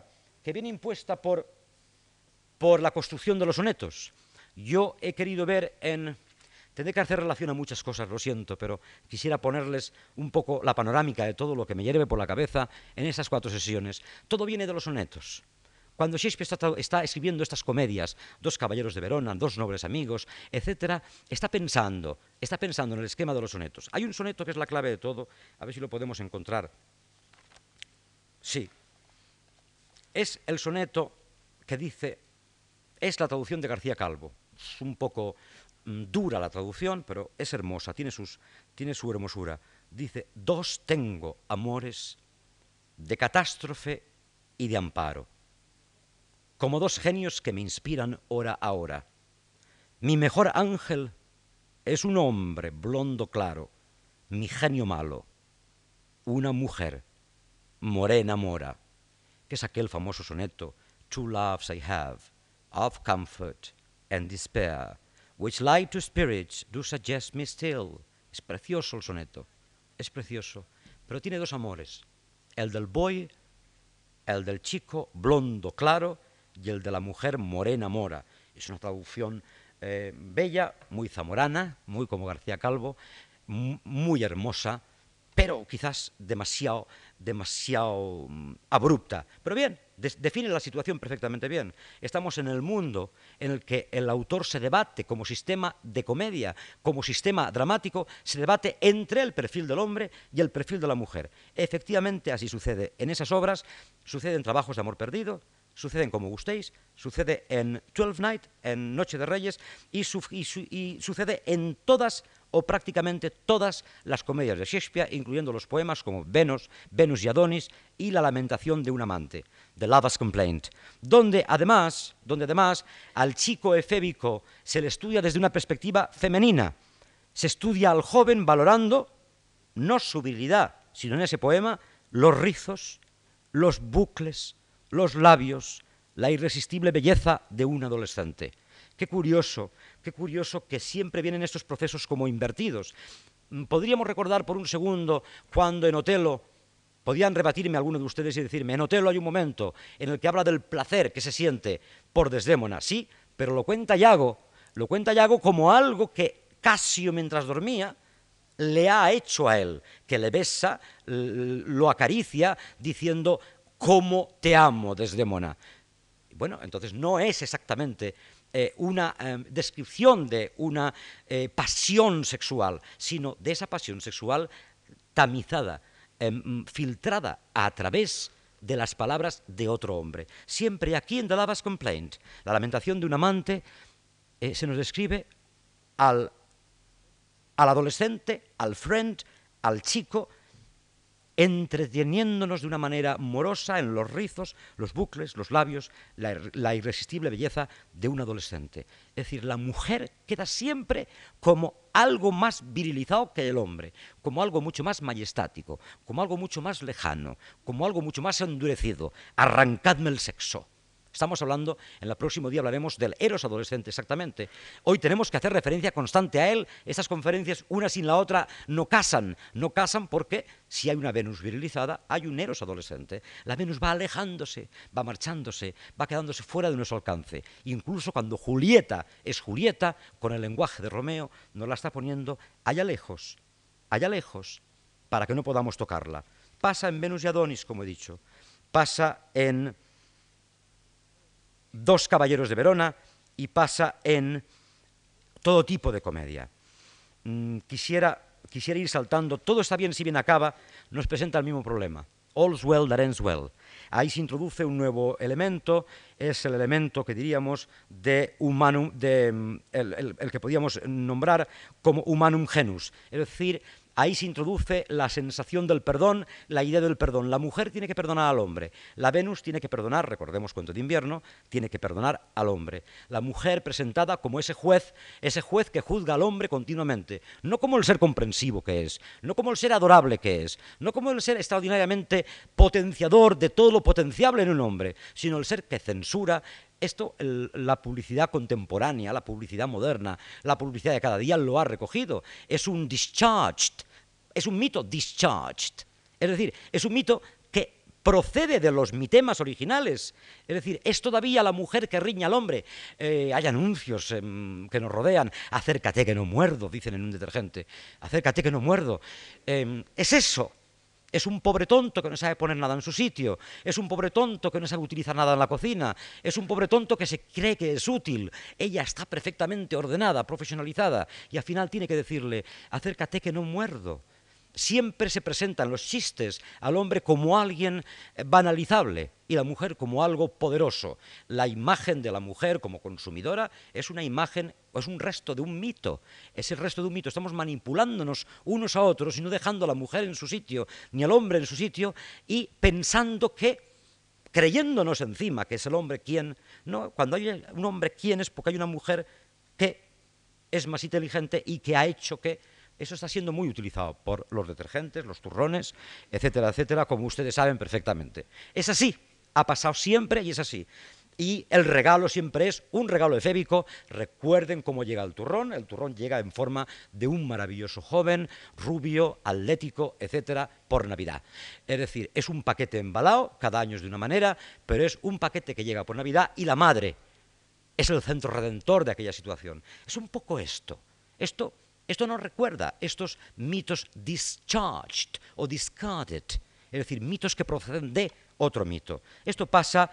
S2: por la construcción de los sonetos. Yo he querido ver tendré que hacer relación a muchas cosas, lo siento, pero quisiera ponerles un poco la panorámica de todo lo que me hierve por la cabeza en esas 4 sesiones. Todo viene de los sonetos. Cuando Shakespeare está escribiendo estas comedias, 2 caballeros de Verona, 2 nobles amigos, etc., está pensando en el esquema de los sonetos. Hay un soneto que es la clave de todo, a ver si lo podemos encontrar. Sí, es el soneto que dice, es la traducción de García Calvo. Es un poco dura la traducción, pero es hermosa, tiene su hermosura. Dice, 2 tengo amores de catástrofe y de amparo, como 2 genios que me inspiran hora a hora. Mi mejor ángel es un hombre blondo claro, mi genio malo, una mujer, morena mora, que es aquel famoso soneto, Two loves I have, of comfort and despair, which like to spirits do suggest me still. Es precioso el soneto, es precioso, pero tiene 2 amores, el del boy el del chico blondo claro y el de la mujer morena mora. Es una traducción bella, muy zamorana, muy como García Calvo, muy hermosa, pero quizás demasiado abrupta. Pero bien, define la situación perfectamente bien. Estamos en el mundo en el que el autor se debate como sistema de comedia, como sistema dramático, se debate entre el perfil del hombre y el perfil de la mujer. Efectivamente, así sucede en esas obras, sucede en Trabajos de amor perdido, sucede en Como gustéis, sucede en Twelfth Night, en Noche de Reyes, y sucede en todas o prácticamente todas las comedias de Shakespeare, incluyendo los poemas como Venus y Adonis y La lamentación de un amante, The Lover's Complaint, donde además al chico efébico se le estudia desde una perspectiva femenina. Se estudia al joven valorando no su virilidad, sino en ese poema los rizos, los bucles, los labios, la irresistible belleza de un adolescente. Qué curioso que siempre vienen estos procesos como invertidos. Podríamos recordar por un segundo cuando en Otelo, podían rebatirme alguno de ustedes y decirme, en Otelo hay un momento en el que habla del placer que se siente por Desdémona, sí, pero lo cuenta Iago como algo que Casio mientras dormía le ha hecho a él, que le besa, lo acaricia diciendo, cómo te amo, Desdémona. Bueno, entonces no es exactamente una descripción de una pasión sexual, sino de esa pasión sexual tamizada, filtrada a través de las palabras de otro hombre. Siempre aquí en The Lover's Complaint, la lamentación de un amante, se nos describe al adolescente, al friend, al chico, entreteniéndonos de una manera morosa en los rizos, los bucles, los labios, la irresistible belleza de un adolescente. Es decir, la mujer queda siempre como algo más virilizado que el hombre, como algo mucho más majestático, como algo mucho más lejano, como algo mucho más endurecido. Arrancadme el sexo. Estamos hablando, en el próximo día hablaremos del eros adolescente, exactamente. Hoy tenemos que hacer referencia constante a él. Estas conferencias, una sin la otra, no casan porque si hay una Venus virilizada, hay un eros adolescente. La Venus va alejándose, va marchándose, va quedándose fuera de nuestro alcance. Incluso cuando Julieta es Julieta, con el lenguaje de Romeo, nos la está poniendo allá lejos, para que no podamos tocarla. Pasa en Venus y Adonis, como he dicho. Pasa en Dos caballeros de Verona y pasa en todo tipo de comedia. Quisiera ir saltando. Todo está bien si bien acaba, nos presenta el mismo problema. All's well that ends well. Ahí se introduce un nuevo elemento, es el elemento que diríamos de humanum, el que podíamos nombrar como humanum genus, es decir, ahí se introduce la sensación del perdón, la idea del perdón. La mujer tiene que perdonar al hombre. La Venus tiene que perdonar, recordemos Cuento de invierno, tiene que perdonar al hombre. La mujer presentada como ese juez que juzga al hombre continuamente. No como el ser comprensivo que es, no como el ser adorable que es, no como el ser extraordinariamente potenciador de todo lo potenciable en un hombre, sino el ser que censura. Esto la publicidad contemporánea, la publicidad moderna, la publicidad de cada día lo ha recogido. Es un discharged. Es un mito discharged, es decir, es un mito que procede de los mitemas originales, es decir, es todavía la mujer que riña al hombre. Hay anuncios que nos rodean, acércate que no muerdo, dicen en un detergente, acércate que no muerdo. Es eso. Es un pobre tonto que no sabe poner nada en su sitio, es un pobre tonto que no sabe utilizar nada en la cocina, es un pobre tonto que se cree que es útil. Ella está perfectamente ordenada, profesionalizada, y al final tiene que decirle, acércate que no muerdo. Siempre se presentan los chistes al hombre como alguien banalizable y la mujer como algo poderoso. La imagen de la mujer como consumidora es una imagen, es un resto de un mito. Es el resto de un mito. Estamos manipulándonos unos a otros y no dejando a la mujer en su sitio ni al hombre en su sitio y pensando que, creyéndonos encima que es el hombre quien, no, cuando hay un hombre quien es porque hay una mujer que es más inteligente y que ha hecho que. Eso está siendo muy utilizado por los detergentes, los turrones, etcétera, etcétera, como ustedes saben perfectamente. Es así, ha pasado siempre y es así. y el regalo siempre es un regalo efébico. Recuerden cómo llega el turrón llega en forma de un maravilloso joven, rubio, atlético, etcétera, por Navidad. Es decir, es un paquete embalado, cada año es de una manera, pero es un paquete que llega por Navidad y la madre es el centro redentor de aquella situación. Es un poco esto. Esto nos recuerda estos mitos discharged o discarded, es decir, mitos que proceden de otro mito. Esto pasa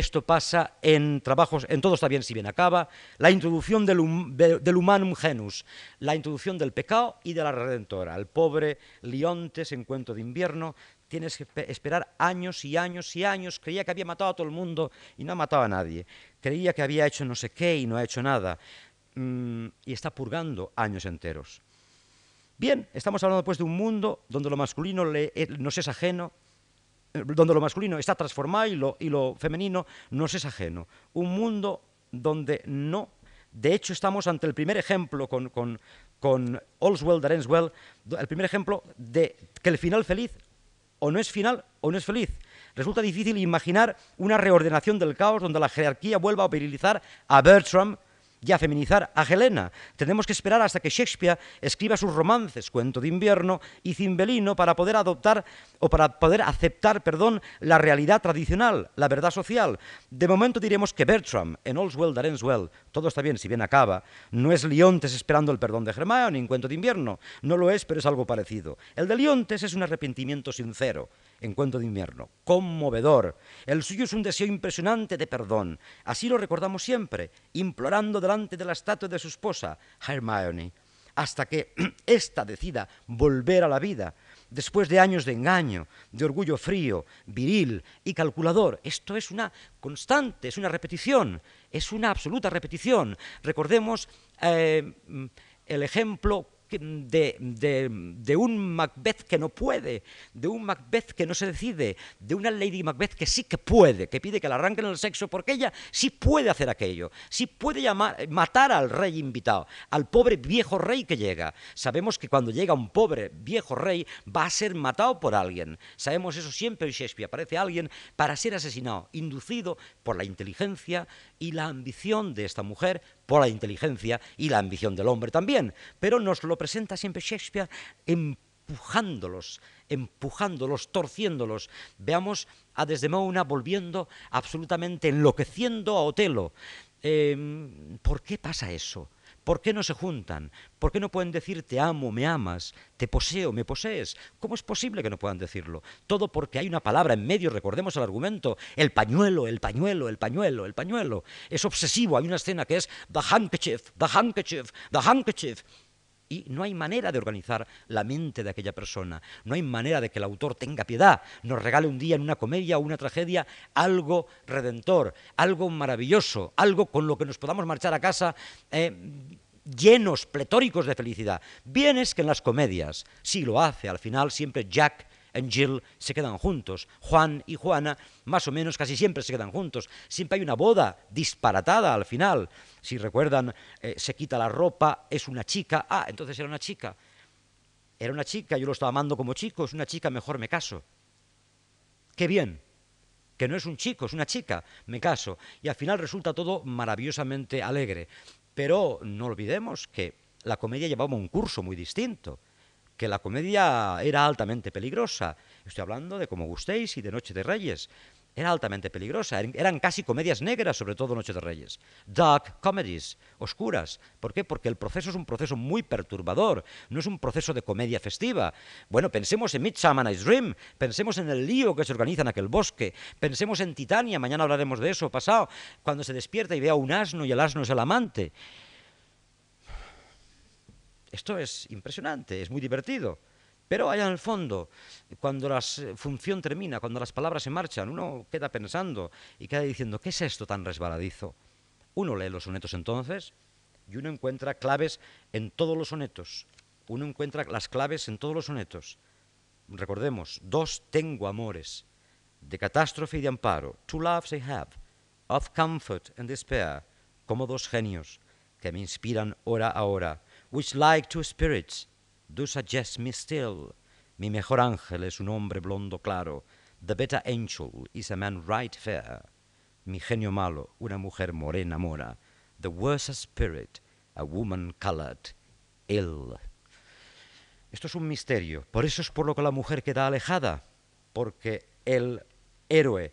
S2: en trabajos, en Todo está bien si bien acaba, la introducción del humanum genus, la introducción del pecado y de la redentora. El pobre Liontes en Cuento de invierno, tienes que esperar años y años y años, creía que había matado a todo el mundo y no ha matado a nadie, creía que había hecho no sé qué y no ha hecho nada, y está purgando años enteros. Bien, estamos hablando pues de un mundo donde lo masculino nos es ajeno, donde lo masculino está transformado y lo femenino nos es ajeno. Un mundo donde no... De hecho, estamos ante el primer ejemplo con All's Well That Ends Well, el primer ejemplo de que el final feliz o no es final o no es feliz. Resulta difícil imaginar una reordenación del caos donde la jerarquía vuelva a virilizar a Bertram y a feminizar a Helena. Tenemos que esperar hasta que Shakespeare escriba sus romances, Cuento de invierno y Cimberlino, para poder aceptar, la realidad tradicional, la verdad social. De momento diremos que Bertram, en All's Well That Ends Well, Todo está bien si bien acaba, no es Liontes esperando el perdón de Hermione en Cuento de invierno. No lo es, pero es algo parecido. El de Liontes es un arrepentimiento sincero en Cuento de invierno, conmovedor. El suyo es un deseo impresionante de perdón. Así lo recordamos siempre, implorando delante de la estatua de su esposa, Hermione, hasta que ésta decida volver a la vida, después de años de engaño, de orgullo frío, viril y calculador. Esto es una constante, es una repetición, es una absoluta repetición. Recordemos el ejemplo de un Macbeth que no puede, de un Macbeth que no se decide, de una Lady Macbeth que sí que puede, que pide que le arranquen el sexo porque ella sí puede hacer aquello, sí puede matar al rey invitado, al pobre viejo rey que llega. Sabemos que cuando llega un pobre viejo rey va a ser matado por alguien. Sabemos eso siempre en Shakespeare. Aparece alguien para ser asesinado, inducido por la inteligencia y la ambición de esta mujer, por la inteligencia y la ambición del hombre también, pero nos lo presenta siempre Shakespeare empujándolos, torciéndolos. Veamos a Desdemona volviendo absolutamente, enloqueciendo a Otelo. ¿Por qué pasa eso? ¿Por qué no se juntan? ¿Por qué no pueden decir te amo, me amas, te poseo, me posees? ¿Cómo es posible que no puedan decirlo? Todo porque hay una palabra en medio, recordemos el argumento, el pañuelo, el pañuelo, el pañuelo, el pañuelo. Es obsesivo, hay una escena que es the handkerchief, the handkerchief, the handkerchief. Y no hay manera de organizar la mente de aquella persona, no hay manera de que el autor tenga piedad, nos regale un día en una comedia o una tragedia algo redentor, algo maravilloso, algo con lo que nos podamos marchar a casa llenos, pletóricos de felicidad. Bien es que en las comedias sí lo hace, al final siempre Jack y Jill se quedan juntos, Juan y Juana más o menos casi siempre se quedan juntos, siempre hay una boda disparatada al final. Si recuerdan, se quita la ropa, es una chica, entonces era una chica, yo lo estaba amando como chico, es una chica, mejor me caso. ¡Qué bien! Que no es un chico, es una chica, me caso. Y al final resulta todo maravillosamente alegre. Pero no olvidemos que la comedia llevaba un curso muy distinto, que la comedia era altamente peligrosa. Estoy hablando de Como gustéis y de Noche de Reyes. Era altamente peligrosa, eran casi comedias negras, sobre todo Noche de Reyes. Dark comedies, oscuras. ¿Por qué? Porque el proceso es un proceso muy perturbador, no es un proceso de comedia festiva. Bueno, pensemos en Midsummer Night's Dream, pensemos en el lío que se organiza en aquel bosque, pensemos en Titania, mañana hablaremos de eso, pasado, cuando se despierta y ve a un asno y el asno es el amante. Esto es impresionante, es muy divertido. Pero allá en el fondo, cuando la función termina, cuando las palabras se marchan, uno queda pensando y queda diciendo, ¿qué es esto tan resbaladizo? Uno lee los sonetos entonces y uno encuentra claves en todos los sonetos. Uno encuentra las claves en todos los sonetos. Recordemos, dos tengo amores, de catástrofe y de amparo. Two loves I have, of comfort and despair, como dos genios que me inspiran hora a hora. Which like two spirits do suggest me still. Mi mejor ángel es un hombre blondo claro. The better angel is a man right fair. mi genio malo, una mujer morena mora. The worse a spirit, a woman colored, ill. Esto es un misterio. Por eso es por lo que la mujer queda alejada, porque el héroe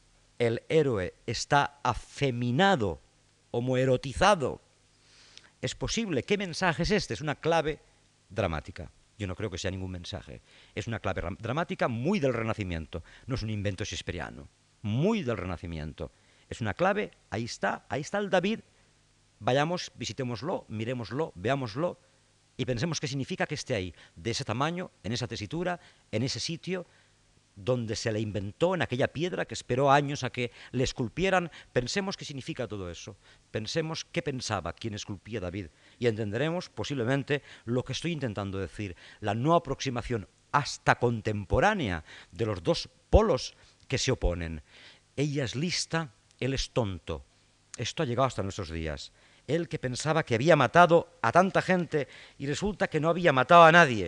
S2: está afeminado, homoerotizado. Es posible. ¿Qué mensaje es este? Es una clave dramática. Yo no creo que sea ningún mensaje. Es una clave dramática muy del Renacimiento. No es un invento shakespeariano. Muy del Renacimiento. Es una clave, ahí está el David. Vayamos, visitémoslo, mirémoslo, veámoslo y pensemos qué significa que esté ahí, de ese tamaño, en esa tesitura, en ese sitio donde se le inventó, en aquella piedra que esperó años a que le esculpieran. Pensemos qué significa todo eso. Pensemos qué pensaba quien esculpía a David y entenderemos posiblemente lo que estoy intentando decir, la no aproximación hasta contemporánea de los dos polos que se oponen. Ella es lista, él es tonto. Esto ha llegado hasta nuestros días. Él que pensaba que había matado a tanta gente y resulta que no había matado a nadie.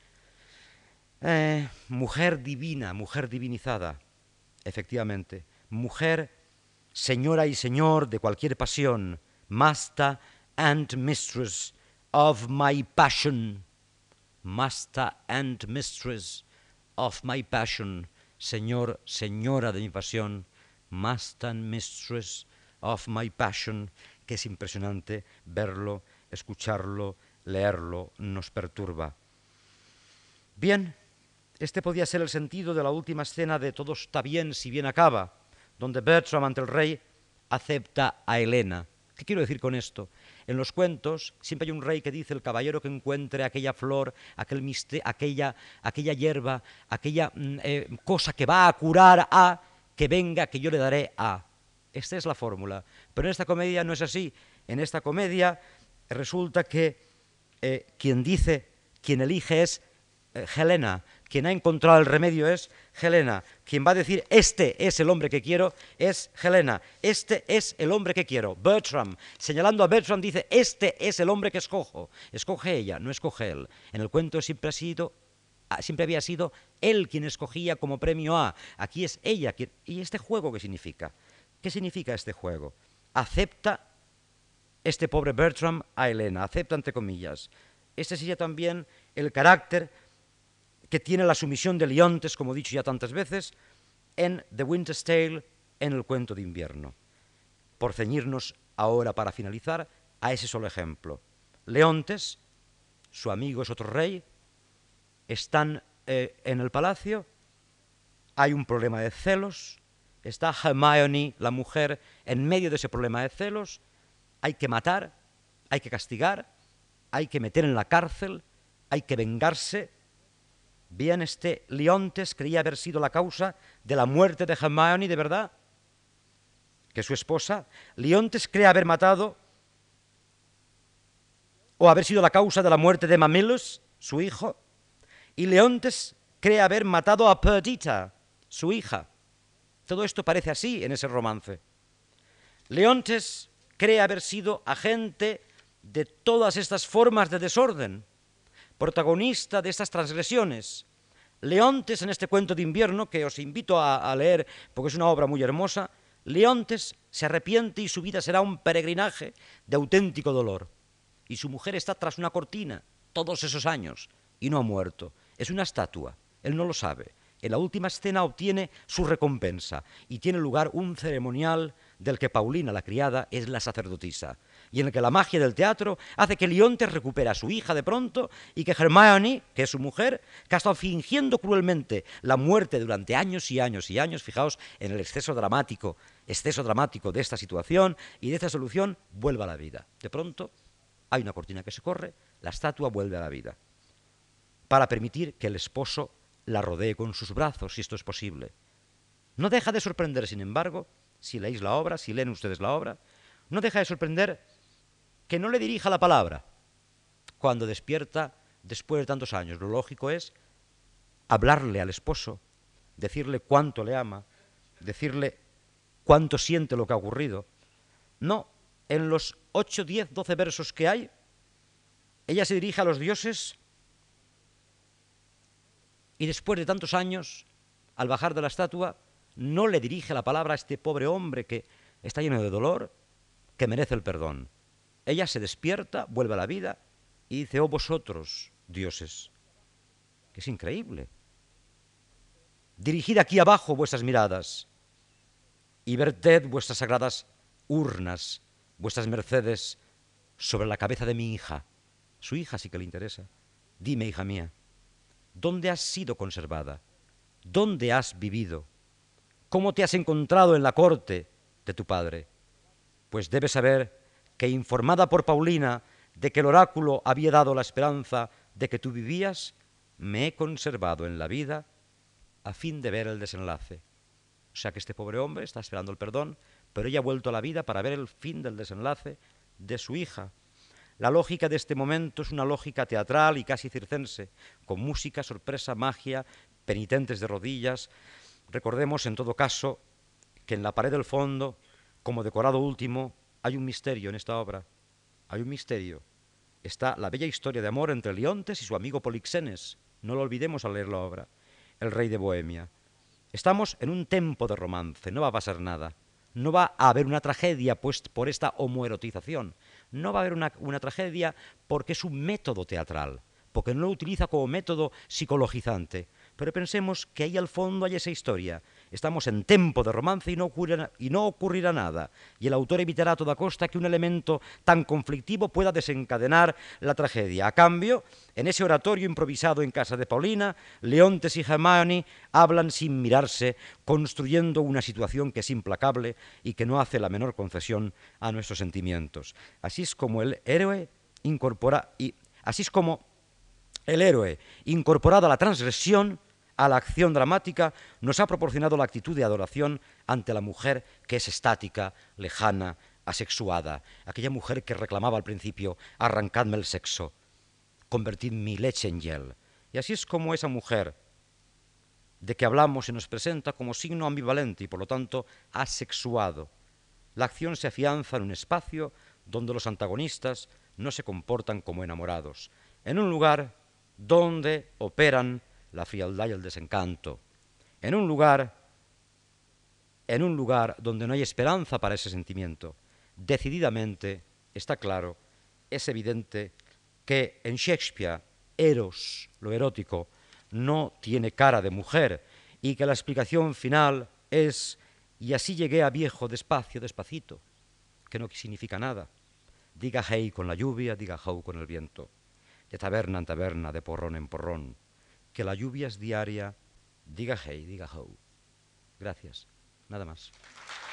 S2: Mujer divina, mujer divinizada, efectivamente. Mujer, señora y señor de cualquier pasión. Master and mistress of my passion. Master and mistress of my passion. Señor, señora de mi pasión. Master and mistress of my passion. Que es impresionante verlo, escucharlo, leerlo, nos perturba. Bien, este podía ser el sentido de la última escena de Todo está bien si bien acaba, donde Bertram ante el rey acepta a Helena. ¿Qué quiero decir con esto? En los cuentos siempre hay un rey que dice: el caballero que encuentre aquella flor, aquella hierba, aquella cosa que va a curar a, que venga, que yo le daré a. Esta es la fórmula. Pero en esta comedia no es así. En esta comedia resulta que quien elige es Helena. Quien ha encontrado el remedio es Helena. Quien va a decir: este es el hombre que quiero, es Helena. Este es el hombre que quiero. Bertram, señalando a Bertram, dice: este es el hombre que escojo. Escoge ella, no escoge él. En el cuento siempre había sido él quien escogía como premio A. Aquí es ella quien... ¿Y este juego qué significa? ¿Qué significa este juego? Acepta este pobre Bertram a Helena, acepta entre comillas. Este sería también el carácter que tiene la sumisión de Leontes, como he dicho ya tantas veces, en The Winter's Tale, en el cuento de invierno. Por ceñirnos ahora, para finalizar, a ese solo ejemplo. Leontes, su amigo es otro rey, están en el palacio, hay un problema de celos, está Hermione, la mujer, en medio de ese problema de celos, hay que matar, hay que castigar, hay que meter en la cárcel, hay que vengarse. Bien, este Leontes creía haber sido la causa de la muerte de Hermione, ¿de verdad? Que su esposa. Leontes cree haber matado o haber sido la causa de la muerte de Mamillus, su hijo. Y Leontes cree haber matado a Perdita, su hija. Todo esto parece así en ese romance. Leontes cree haber sido agente de todas estas formas de desorden, protagonista de estas transgresiones. Leontes, en este cuento de invierno, que os invito a leer porque es una obra muy hermosa, Leontes se arrepiente y su vida será un peregrinaje de auténtico dolor. Y su mujer está tras una cortina todos esos años y no ha muerto. Es una estatua, él no lo sabe. En la última escena obtiene su recompensa y tiene lugar un ceremonial del que Paulina, la criada, es la sacerdotisa, y en el que la magia del teatro hace que Leontes recupere a su hija de pronto y que Hermione, que es su mujer, que ha estado fingiendo cruelmente la muerte durante años y años y años, fijaos en el exceso dramático de esta situación y de esta solución, vuelva a la vida. De pronto hay una cortina que se corre, la estatua vuelve a la vida, para permitir que el esposo la rodee con sus brazos, si esto es posible. No deja de sorprender, sin embargo, si leéis la obra, si leen ustedes la obra, no deja de sorprender que no le dirija la palabra cuando despierta después de tantos años. Lo lógico es hablarle al esposo, decirle cuánto le ama, decirle cuánto siente lo que ha ocurrido. No, en los 8, 10, 12 versos que hay, ella se dirige a los dioses y después de tantos años, al bajar de la estatua, no le dirige la palabra a este pobre hombre que está lleno de dolor, que merece el perdón. Ella se despierta, vuelve a la vida y dice, oh vosotros, dioses, que es increíble. Dirigid aquí abajo vuestras miradas y verted vuestras sagradas urnas, vuestras mercedes sobre la cabeza de mi hija. Su hija sí que le interesa. Dime, hija mía, ¿dónde has sido conservada? ¿Dónde has vivido? ¿Cómo te has encontrado en la corte de tu padre? Pues debes saber que, informada por Paulina de que el oráculo había dado la esperanza de que tú vivías, me he conservado en la vida a fin de ver el desenlace. O sea que este pobre hombre está esperando el perdón, pero ella ha vuelto a la vida para ver el fin del desenlace de su hija. La lógica de este momento es una lógica teatral y casi circense, con música, sorpresa, magia, penitentes de rodillas. Recordemos, en todo caso, que en la pared del fondo, como decorado último, hay un misterio en esta obra. Hay un misterio. Está la bella historia de amor entre Leontes y su amigo Polixenes. No lo olvidemos al leer la obra. El rey de Bohemia. Estamos en un tempo de romance, no va a pasar nada. No va a haber una tragedia pues, por esta homoerotización. No va a haber una tragedia porque es un método teatral, porque no lo utiliza como método psicologizante. Pero pensemos que ahí al fondo hay esa historia. Estamos en tempo de romance y no ocurrirá nada. Y el autor evitará a toda costa que un elemento tan conflictivo pueda desencadenar la tragedia. A cambio, en ese oratorio improvisado en casa de Paulina, Leontes y Hermione hablan sin mirarse, construyendo una situación que es implacable y que no hace la menor concesión a nuestros sentimientos. Así es como el héroe incorporado a la transgresión, a la acción dramática, nos ha proporcionado la actitud de adoración ante la mujer que es estática, lejana, asexuada, aquella mujer que reclamaba al principio, arrancadme el sexo, convertid mi leche en hiel. Y así es como esa mujer de que hablamos se nos presenta como signo ambivalente y por lo tanto asexuado. La acción se afianza en un espacio donde los antagonistas no se comportan como enamorados, en un lugar donde operan la frialdad y el desencanto, en un lugar donde no hay esperanza para ese sentimiento. Decididamente, está claro, es evidente que en Shakespeare, Eros, lo erótico, no tiene cara de mujer y que la explicación final es y así llegué a viejo despacio, despacito, que no significa nada. Diga hey con la lluvia, diga how con el viento, de taberna en taberna, de porrón en porrón, que la lluvia es diaria, diga hey, diga how. Gracias, nada más.